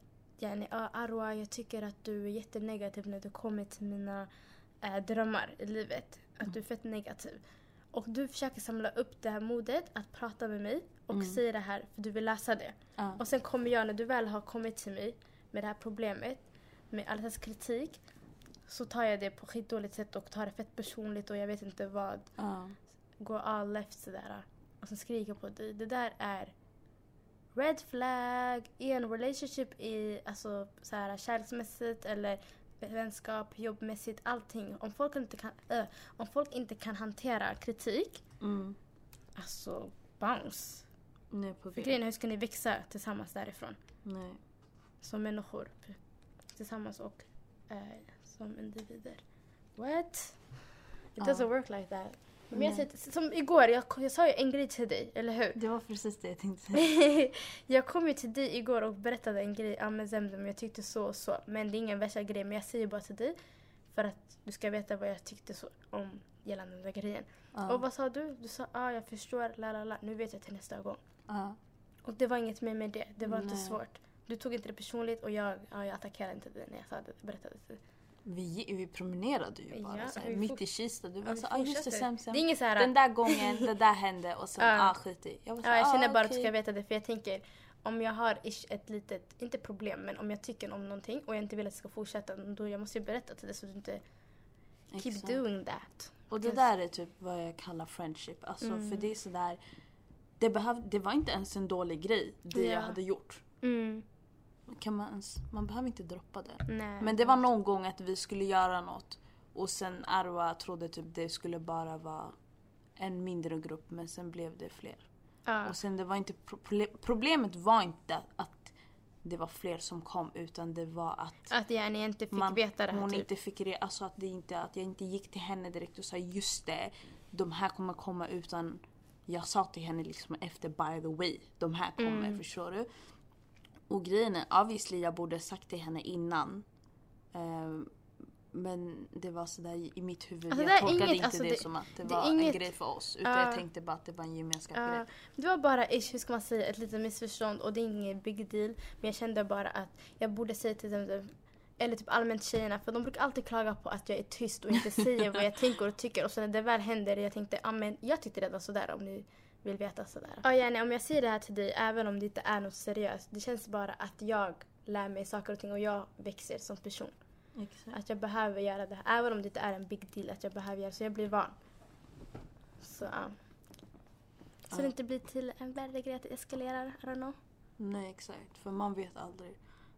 Arwa, jag tycker att du är jättenegativ när du kommer till mina drömmar i livet. Att du är fett negativ. Och du försöker samla upp det här modet att prata med mig och säga det här för du vill läsa det. Och sen kommer jag, när du väl har kommit till mig med det här problemet, med all dess kritik, så tar jag det på skitdåligt sätt och tar det fett personligt och jag vet inte vad. Går all left sådär. Och sen skriker på dig. Det där är red flag i en relationship, alltså såhär kärleksmässigt eller vänskap, jobbmässigt, allting. Om folk inte kan hantera kritik, alltså bounce. Nej, på för grejen är, hur ska ni växa tillsammans därifrån? Nej. Som människor tillsammans och som individer. What? It doesn't work like that. Men jag säger, som igår, jag sa ju en grej till dig, eller hur? Det var precis det jag tänkte säga. Jag kom ju till dig igår och berättade en grej om Zemdem, jag tyckte så och så. Men det är ingen värsta grej, men jag säger bara till dig för att du ska veta vad jag tyckte så om gällande den där grejen. Och vad sa du? Du sa, jag förstår, lalala, nu vet jag till nästa gång. Och det var inget mer med det, det var inte svårt. Du tog inte det personligt och jag attackerade inte dig när jag sa det, berättade det. Vi promenerade ju bara så här, mitt i Kista. Du var så just det, Sam. Det är inget så här, den där gången, det där hände och sen skit i. Jag känner bara att du ska veta det, för jag tänker om jag har ett litet, inte problem, men om jag tycker om någonting och jag inte vill att det ska fortsätta, då jag måste ju berätta till det så att du inte keep doing that. Och det där är typ vad jag kallar friendship. Alltså för det är så där, det var inte ens en dålig grej det jag hade gjort. Man behöver inte droppa det. Nej. Men det var någon gång att vi skulle göra något och sen Arwa trodde typ det skulle bara vara en mindre grupp, men sen blev det fler. Och sen det var inte problemet var inte att det var fler som kom, utan det var att jag inte fick veta det här. Hon typ. inte fick det, alltså att jag inte gick till henne direkt och sa just det, de här kommer komma, utan jag sa till henne liksom efter, by the way, de här kommer, förstår du? Och grejen är, obviously jag borde sagt till henne innan. Men det var sådär i mitt huvud. Alltså, jag tolkade inte det som att det var inget, en grej för oss. Utan jag tänkte bara att det var en gemenskap grej. Det var bara, hur ska man säga, ett litet missförstånd. Och det är ingen big deal. Men jag kände bara att jag borde säga till dem, eller typ allmänt tjejerna. För de brukar alltid klaga på att jag är tyst och inte säger vad jag tänker och tycker. Och sen när det väl händer, jag tänkte, men jag tyckte redan sådär om ni vill veta sådär. Ja, Jenny, om jag säger det här till dig, även om det inte är något seriöst. Det känns bara att jag lär mig saker och ting och jag växer som person. Exakt. Att jag behöver göra det här. Även om det inte är en big deal att jag behöver göra. Så jag blir van. Så det inte blir till en värre grej att det eskalerar. I don't know. Nej, exakt. För man vet aldrig.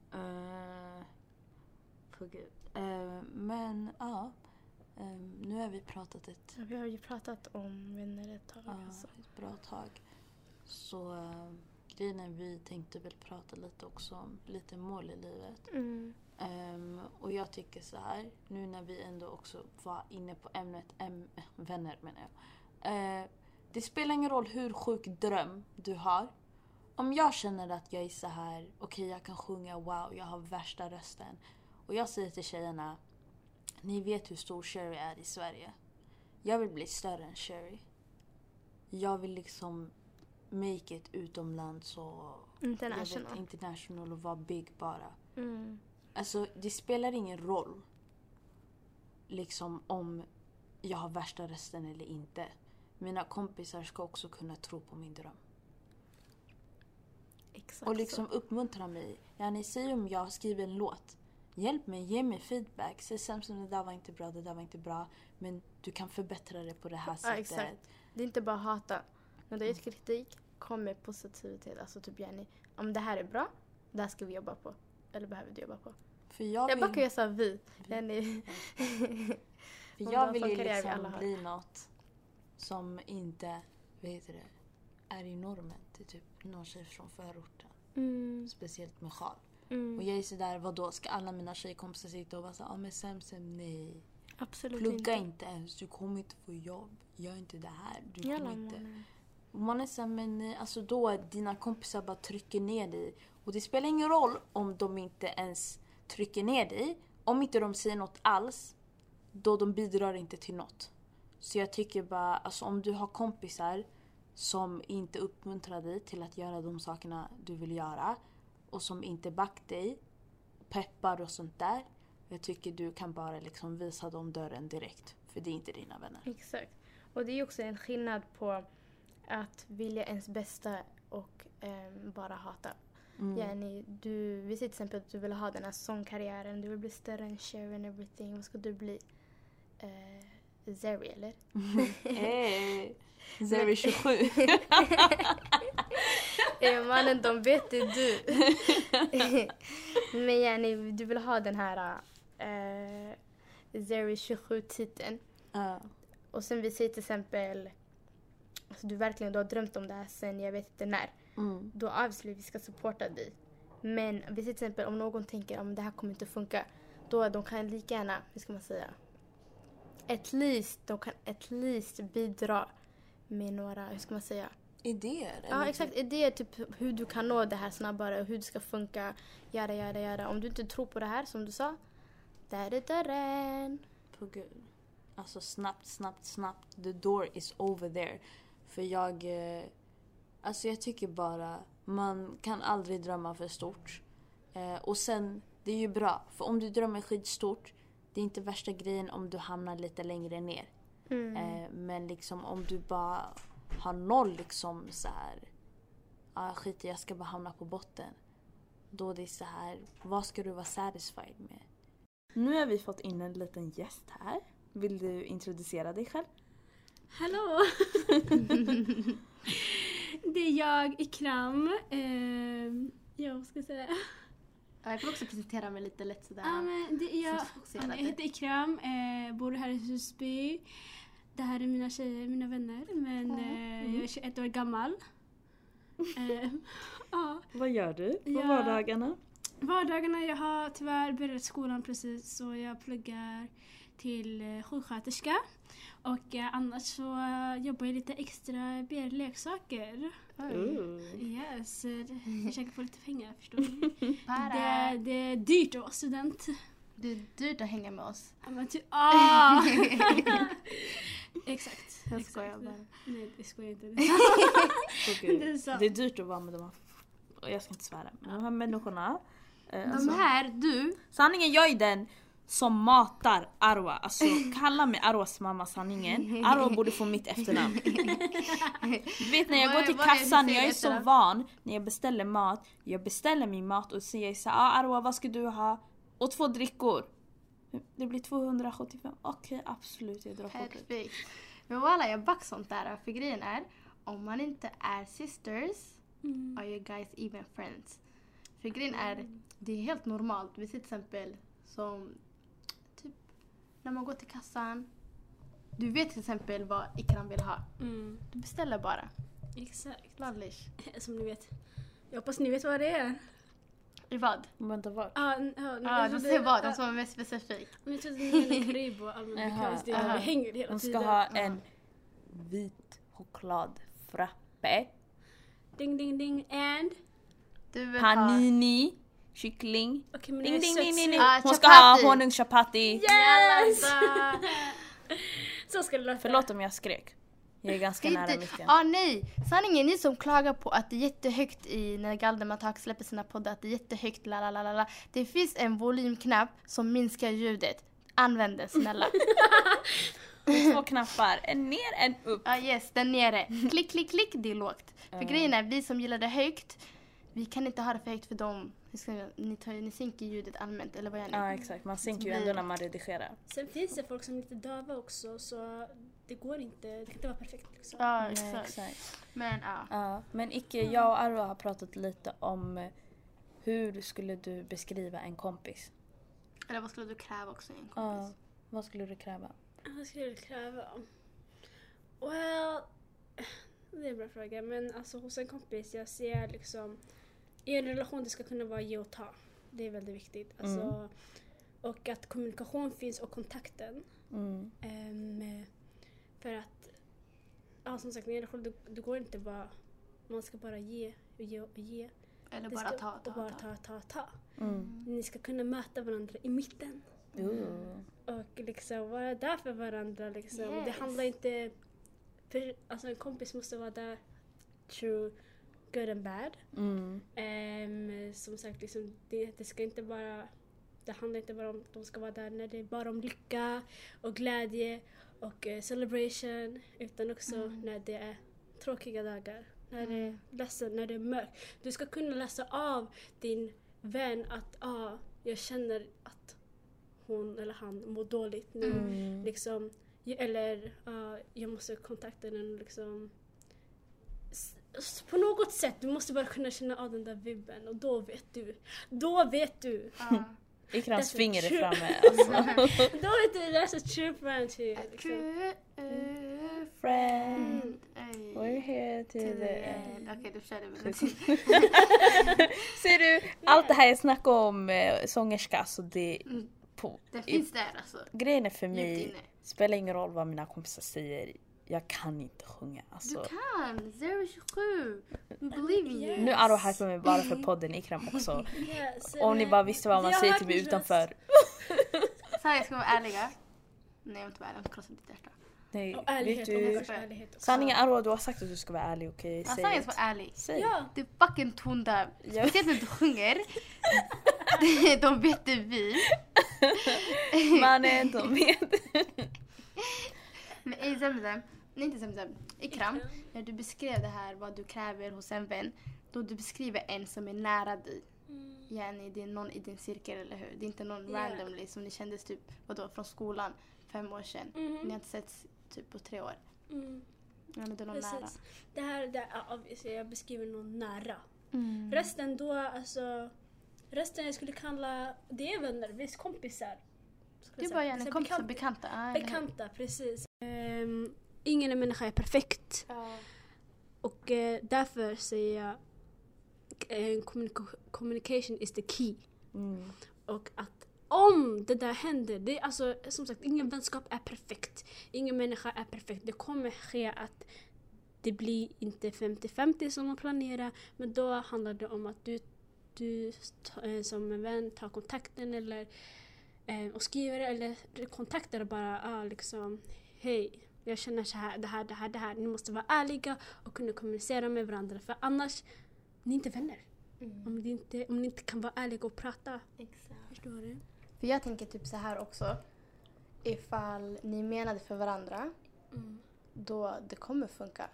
Men nu har vi pratat vi har ju pratat om vänner ett tag. Alltså. Ett bra tag. Så grejen är, vi tänkte väl prata lite också om lite mål i livet. Och jag tycker så här, nu när vi ändå också var inne på ämnet vänner menar jag. Det spelar ingen roll hur sjuk dröm du har. Om jag känner att jag är så här, okej, jag kan sjunga, wow, jag har värsta rösten. Och jag säger till tjejerna, ni vet hur stor Sherry är i Sverige. Jag vill bli större än Sherry. Jag vill liksom make it utomlands och international och vara big bara. Alltså det spelar ingen roll liksom om jag har värsta rösten eller inte. Mina kompisar ska också kunna tro på min dröm. Exakt. Och liksom uppmuntra mig. Ni säger om jag skriver en låt. Hjälp mig, ge mig feedback. Säg Samson, det där var inte bra, det där var inte bra. Men du kan förbättra det på det här sättet. Exakt. Det är inte bara hata. När du har kritik, kom med positivitet. Alltså typ Jenny, om det här är bra, det här ska vi jobba på. Eller behöver du jobba på? För jag bara kan jag säga vi. Jenny. För jag vill ju liksom bli något som inte, är i normen till typ någon tjej från förorten. Speciellt med sjal. Och jag är sådär, vadå? Ska alla mina tjejkompisar sitta och vara så, men Samson, nej. Absolut plugga inte ens, du kommer inte få jobb. Gör inte det här. Du kommer inte. Man är såhär, men alltså då dina kompisar bara trycker ner dig. Och det spelar ingen roll om de inte ens trycker ner dig. Om inte de säger något alls, då de bidrar inte till något. Så jag tycker bara, alltså om du har kompisar som inte uppmuntrar dig till att göra de sakerna du vill göra och som inte backar dig, peppar och sånt där, jag tycker du kan bara liksom visa dem dörren direkt, för det är inte dina vänner. Exakt. Och det är också en skillnad på att vilja ens bästa och bara hata. Yani, vi ser till exempel att du vill ha den här sångkarriären, du vill bli större än Cher and everything. Vad ska du bli? Zeri, eller? Zeri 27. Mannen, de vet det du. Men yani, du vill ha den här Zeri 27-titeln. Och sen vi säger till exempel, alltså du har drömt om det här sen jag vet inte när. Då obviously vi ska supporta dig. Men vi säger till exempel om någon tänker om det här kommer inte funka, då de kan lika gärna, hur ska man säga, de kan at least bidra med några, hur ska man säga, idéer. Ja, exakt. Idéer, typ hur du kan nå det här snabbare och hur det ska funka. Göra. Om du inte tror på det här, som du sa, där är dörren. På gud. Alltså snabbt. The door is over there. För jag tycker bara, man kan aldrig drömma för stort. Och sen, det är ju bra. För om du drömmer skitstort, det är inte värsta grejen om du hamnar lite längre ner. Men liksom om du bara har noll liksom så här, skit, jag ska bara hamna på botten. Då det är så här, vad ska du vara satisfied med? Nu har vi fått in en liten gäst här. Vill du introducera dig själv? Hallå! Det är jag, Ikram. Vad ska jag säga? Jag kan också presentera mig lite lätt sådär. Ja, men jag heter Ikram, bor här i Husby. Det här är mina vänner, men jag är 21 år gammal. Ja. Vad gör du på Ja. vardagarna? Vardagarna, jag har tyvärr börjat skolan precis så jag pluggar till sjuksköterska. Och annars så jobbar jag lite extra leksaker. Yes, försöker få lite pengar förstår du. Det är dyrt att vara student. Det är dyrt att hänga med oss. Ja, men Exakt. Jag skojar bara. Nej, det skojar inte. Okay. Det är sant. Det är dyrt att vara med dem. Och jag ska inte svära. Men de här människorna. Sanningen, jag är den som matar Arwa. Alltså kalla mig Arwas mamma sanningen. Arwa borde få mitt efternamn. Du vet när jag går till kassan, jag är så van. När jag beställer mat. Jag beställer min mat och säger så här, Arwa vad ska du ha? Och 2 drickor. Det blir 275. Okej, absolut, jag drar kortet. Perfekt. Men voilà, jag backar sånt där. För grejen är, om man inte är sisters, are you guys even friends? För grejen är, det är helt normalt. Vi ser till exempel som, typ, när man går till kassan. Du vet till exempel vad Ikram vill ha. Du beställer bara. Exakt. Lallish. Som ni vet. Jag hoppas ni vet vad det är. I vad? Vänta, vad? Du ser vad, de som är mest specifik. Men jag trodde ni menade Krybo allmänt because det hänger hela Hon tiden. ska ha en vit chokladfrappe. Ding ding ding and Du vill Panini, kyckling. okej, men Ding det är ding ding ding. söt. Hon ska ha honungschapati. Yes! Så ska det låta. Förlåt om jag skrek. Jag är ganska nära micken. Nej. Sanningen, ni som klagar på att det är jättehögt när Galdematak släpper sina poddar, att det är jättehögt, lalalala. Det finns en volymknapp som minskar ljudet. Använd den, snälla. 2 knappar, en ner, en upp. Yes, den nere. Klick, klick, klick, det är lågt. För grejen är, vi som gillar det högt, vi kan inte ha det för högt för dem. Ni sänker ljudet allmänt, eller vad gör ni? Ja, exakt. Man sänker ju ändå när man redigerar. Sen finns det folk som är lite döva också så det går inte, det kan inte vara perfekt liksom. Ja, Nej, exakt. Men Men Icke, jag och Arwa har pratat lite om hur skulle du beskriva en kompis? Eller vad skulle du kräva också i en kompis? Vad skulle du kräva? Vad skulle du kräva? Well, det är en bra fråga. Men alltså hos en kompis, jag ser liksom i en relation det ska kunna vara ge och ta. Det är väldigt viktigt. Alltså, och att kommunikation finns och kontakten. För att, som sagt, i en relation det går inte bara, man ska bara ge och ge och ge. Eller det bara ta. Ni ska kunna möta varandra i mitten. Och liksom vara där för varandra liksom. Yes. Det handlar inte alltså en kompis måste vara där through good and bad. Som sagt liksom, det ska inte bara, det handlar inte bara om att de ska vara där när det är bara om lycka och glädje och celebration, utan också när det är tråkiga dagar, när det är ledsen, när det är mörkt. Du ska kunna läsa av din vän att jag känner att hon eller han mår dåligt nu. Liksom, eller jag måste kontakta den liksom. På något sätt, du måste bara kunna känna av den där vibben och då vet du. Ikrams finger är framme. Alltså. Då vet du, that's a true friend too. True friend. We're here to the end. Okej, du kör det. Ser du, allt det här jag snackar om sångerska, alltså det finns där alltså. Grejen är för mig, spelar ingen roll vad mina kompisar säger. Jag kan inte sjunga. Alltså. Du kan! 027! We believe in you. Nu är Arwa här för mig bara för podden Ikram också. Om ni bara visste vad man säger till mig utanför. Så här, jag ska vara ärliga. Nej, jag vill inte vara ärlig. Jag krossar ditt hjärta. Nej, och ärlighet, vet du? Sanningen Arwa, du har sagt att du ska vara ärlig, okej? Jag sa jag ska vara ärlig. Ja. Du är fucking tondöv. Speciellt när du sjunger. De vet det vi. Mannen, de vet. Men Zemzem, nej inte Zemzem, Ikram, när du beskrev det här vad du kräver hos en vän, då du beskriver en som är nära dig. Yani, det är någon i din cirkel, eller hur? Det är inte någon randomly som ni kändes typ, från skolan 5 år sedan. Ni har inte setts typ på 3 år. Ja, men det är någon nära. Det här obviously, jag beskriver någon nära. Resten då, alltså, resten jag skulle kalla, det är vänner, visst kompisar. Du bara gärna kompisar, bekanta. Bekanta, precis. Ingen människa är perfekt. Och därför säger jag communication is the key. Och att om det där händer, det är alltså som sagt, ingen vänskap är perfekt. Ingen människa är perfekt. Det kommer ske att det blir inte 50-50 som man planerar, men då handlar det om att du som en vän tar kontakten eller och skriver eller kontaktar bara liksom hej, jag känner så här, det här. Ni måste vara ärliga och kunna kommunicera med varandra, för annars ni är inte vänner. Om ni inte kan vara ärliga och prata. Exakt. Förstår du? För jag tänker typ så här också. Ifall ni menade för varandra, då det kommer funka.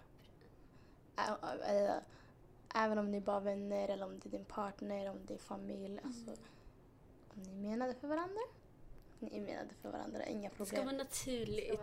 Även om ni är bara vänner eller om det är din partner, om det är familj. Alltså, om ni menade för varandra, ni menade för varandra, inga Det problem. ska vara naturligt.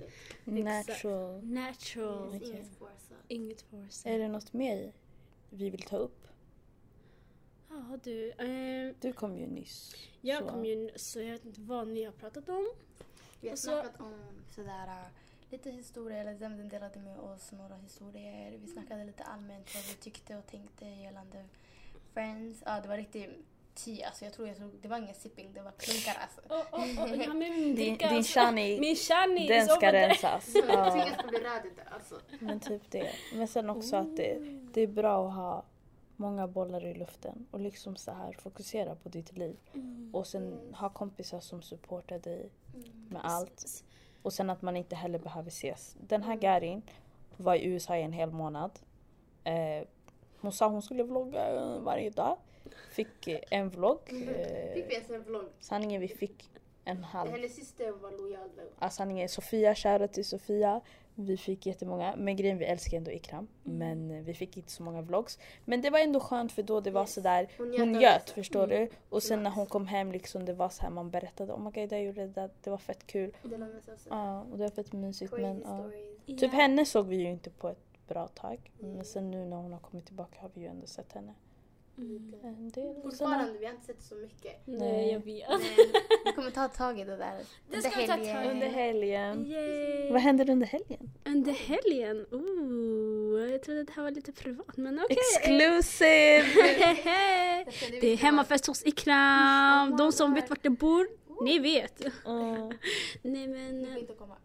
Natural. Inget force. Inget force. Är det något mer vi vill ta upp? Ja, du. Du kom ju nyss. Jag kom ju, så jag vet inte vad ni har pratat om. Vi har Och så- snackat om sådär lite historier, eller Zemden delade med oss några historier. Vi snackade lite allmänt vad vi tyckte och tänkte gällande Friends. Ja, det var riktigt alltså jag tror det var ingen sipping, det var klunkar alltså. Ja, men Din shani, min shani den ska rensas. Jag tycker jag ska bli röd där alltså. Men typ det. Men sen också att det är bra att ha många bollar i luften och liksom så här fokusera på ditt liv. Och sen ha kompisar som supportar dig med allt. Och sen att man inte heller behöver ses. Den här Garin var i USA i en hel månad. Hon sa hon skulle vlogga varje dag. Fick en vlogg. Fick vi ens en vlogg? Sanningen, vi fick en halv. Hennes syster var lojal då. Sanningen, Sofia, kära till Sofia. Vi fick jättemånga. Men grejen, vi älskar ändå Ikram. Men vi fick inte så många vlogs. Men det var ändå skönt, för då det var sådär. Hon göt, förstår du? Och sen när hon kom hem liksom, det var så här, man berättade. Oh my god, jag gjorde det var fett kul. Ja, och det var fett mysigt. Men typ henne såg vi ju inte på ett bra tag. Men sen nu när hon har kommit tillbaka har vi ju ändå sett henne. Fortfarande, vi har inte sett så mycket. Nej, jag vet. Men vi kommer ta tag i det där. Det ska vi ta tag i. Under helgen. Yay. Vad händer under helgen? Under helgen? Jag trodde det här var lite privat, men okej. Exclusive! Det är hemmafest hos Ikram. De som vet vart det bor, ni vet. Nej, men inte komma.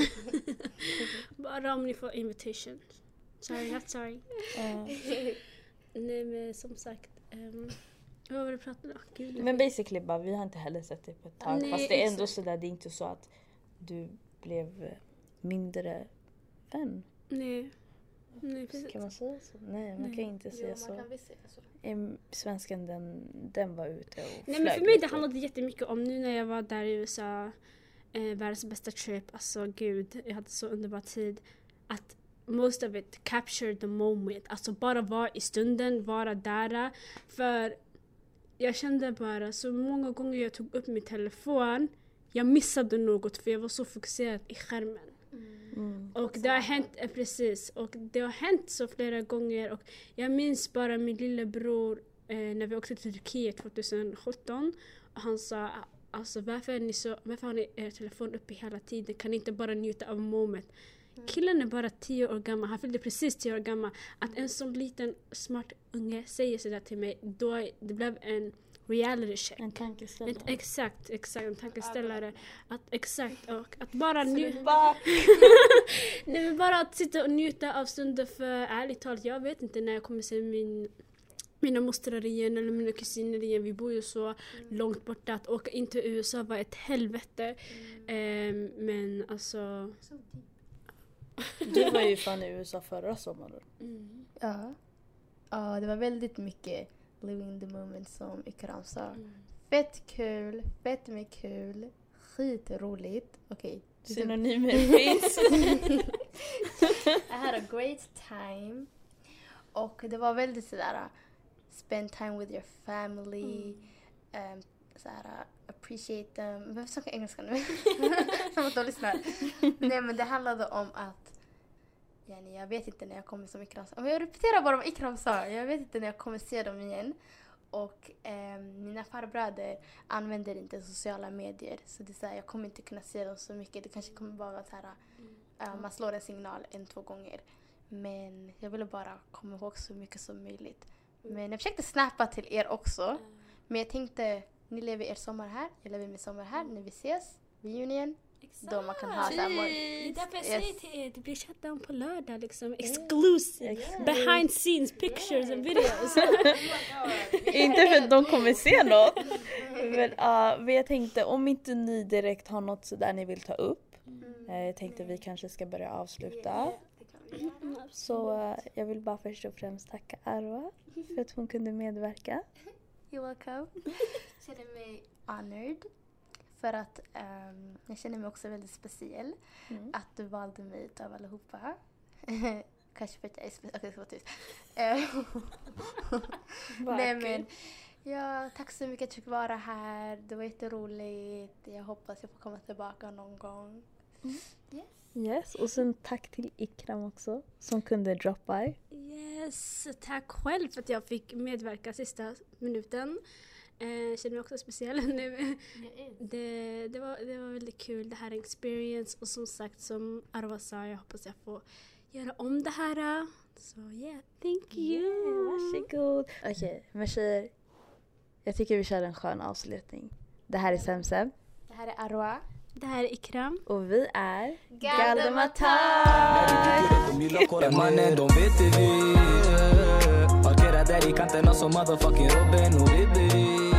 bara om ni får invitation. Sorry, not sorry. Nej, men som sagt, vad var det pratade om? Gud, Men basically bara, vi har inte heller sett det på ett tag. Nej, Fast det är ändå exakt. sådär, det är inte så att du blev mindre vän. Nej, precis. Kan man säga så? Nej, man kan inte säga så. Man kan visst säga så. Svenskan, den var ute och Nej, men för flög mig det lite. handlade jättemycket om, nu när jag var där i USA, världens bästa trip, alltså gud, jag hade så underbar tid, att most of it capture the moment, alltså bara vara i stunden, vara där, för jag kände bara så många gånger jag tog upp min telefon, jag missade något för jag var så fokuserad i skärmen. Och det har hänt, precis, och det har hänt så flera gånger, och jag minns bara min lillebror när vi åkte till Turkiet 2017, och han sa, alltså varför har ni er telefon uppe hela tiden, kan ni inte bara njuta av moment? Killen är bara 10 år gammal, han fyllde precis 10 år gammal, att en sån liten smart unge säger sådär till mig, då det blev en reality check. En tankeställare. Exakt, en tankeställare. Exakt, och att bara Nej, men bara att sitta och njuta av stunder, för ärligt talat, jag vet inte när jag kommer se mina mostrar igen eller mina kusiner igen. Vi bor ju så långt borta, att åka in till USA var ett helvete. Men alltså... Du var ju fan i USA förra sommaren. Ja, det var väldigt mycket living the moment som Ikram sa. Fett kul, fett med kul, skitroligt. Okej. Synonymer finns. I had a great time. Och det var väldigt sådär, spend time with your family, sådär, appreciate them. Varför snackar jag engelska nu? Som att de lyssnar. Nej, men det handlade om att jag vet inte när jag kommer, som Ikram sa. Jag repeterar bara vad Ikram sa. Jag vet inte när jag kommer se dem igen. Och mina farbröder använder inte sociala medier. Så det är så här, jag kommer inte kunna se dem så mycket. Det kanske kommer bara vara så här, man slår en signal 1-2 gånger. Men jag ville bara komma ihåg så mycket som möjligt. Men jag försökte snappa till er också. Men jag tänkte, ni lever er sommar här, jag lever min sommar här. När vi ses, reunion, då man kan ha samma. Det är därför jag säger till er, det blir shutdown på lördag liksom. Exclusive, behind scenes pictures and videos. Inte för att de kommer se något. Men jag tänkte, om inte ni direkt har något sådär ni vill ta upp. Jag tänkte vi kanske ska börja avsluta. Så jag vill bara först och främst tacka Arwa för att hon kunde medverka. You're welcome. Jag känner mig honored. För att jag känner mig också väldigt speciell. Att du valde mig av allihopa. Kanske för att jag är speciell. Okej, så tyst. Nej, men ja, tack så mycket att jag fick vara här. Det var jätteroligt. Jag hoppas jag får komma tillbaka någon gång. Yes, och sen tack till Ikram också som kunde drop by. Yes, tack själv för att jag fick medverka sista minuten. Känner mig också speciell nu. Det var väldigt kul, det här är experience. Och som sagt, som Arwa sa, jag hoppas jag får göra om det här. Så thank you. Varsågod. Okej, men tjejer, jag tycker vi kör en skön avslutning. Det här är Semsem. Det här är Arwa. Det här är Ikram. Och vi är Galdematar. Mannen, de vet det vi. Parkera där i kanten som motherfucking Robin och Ribéry.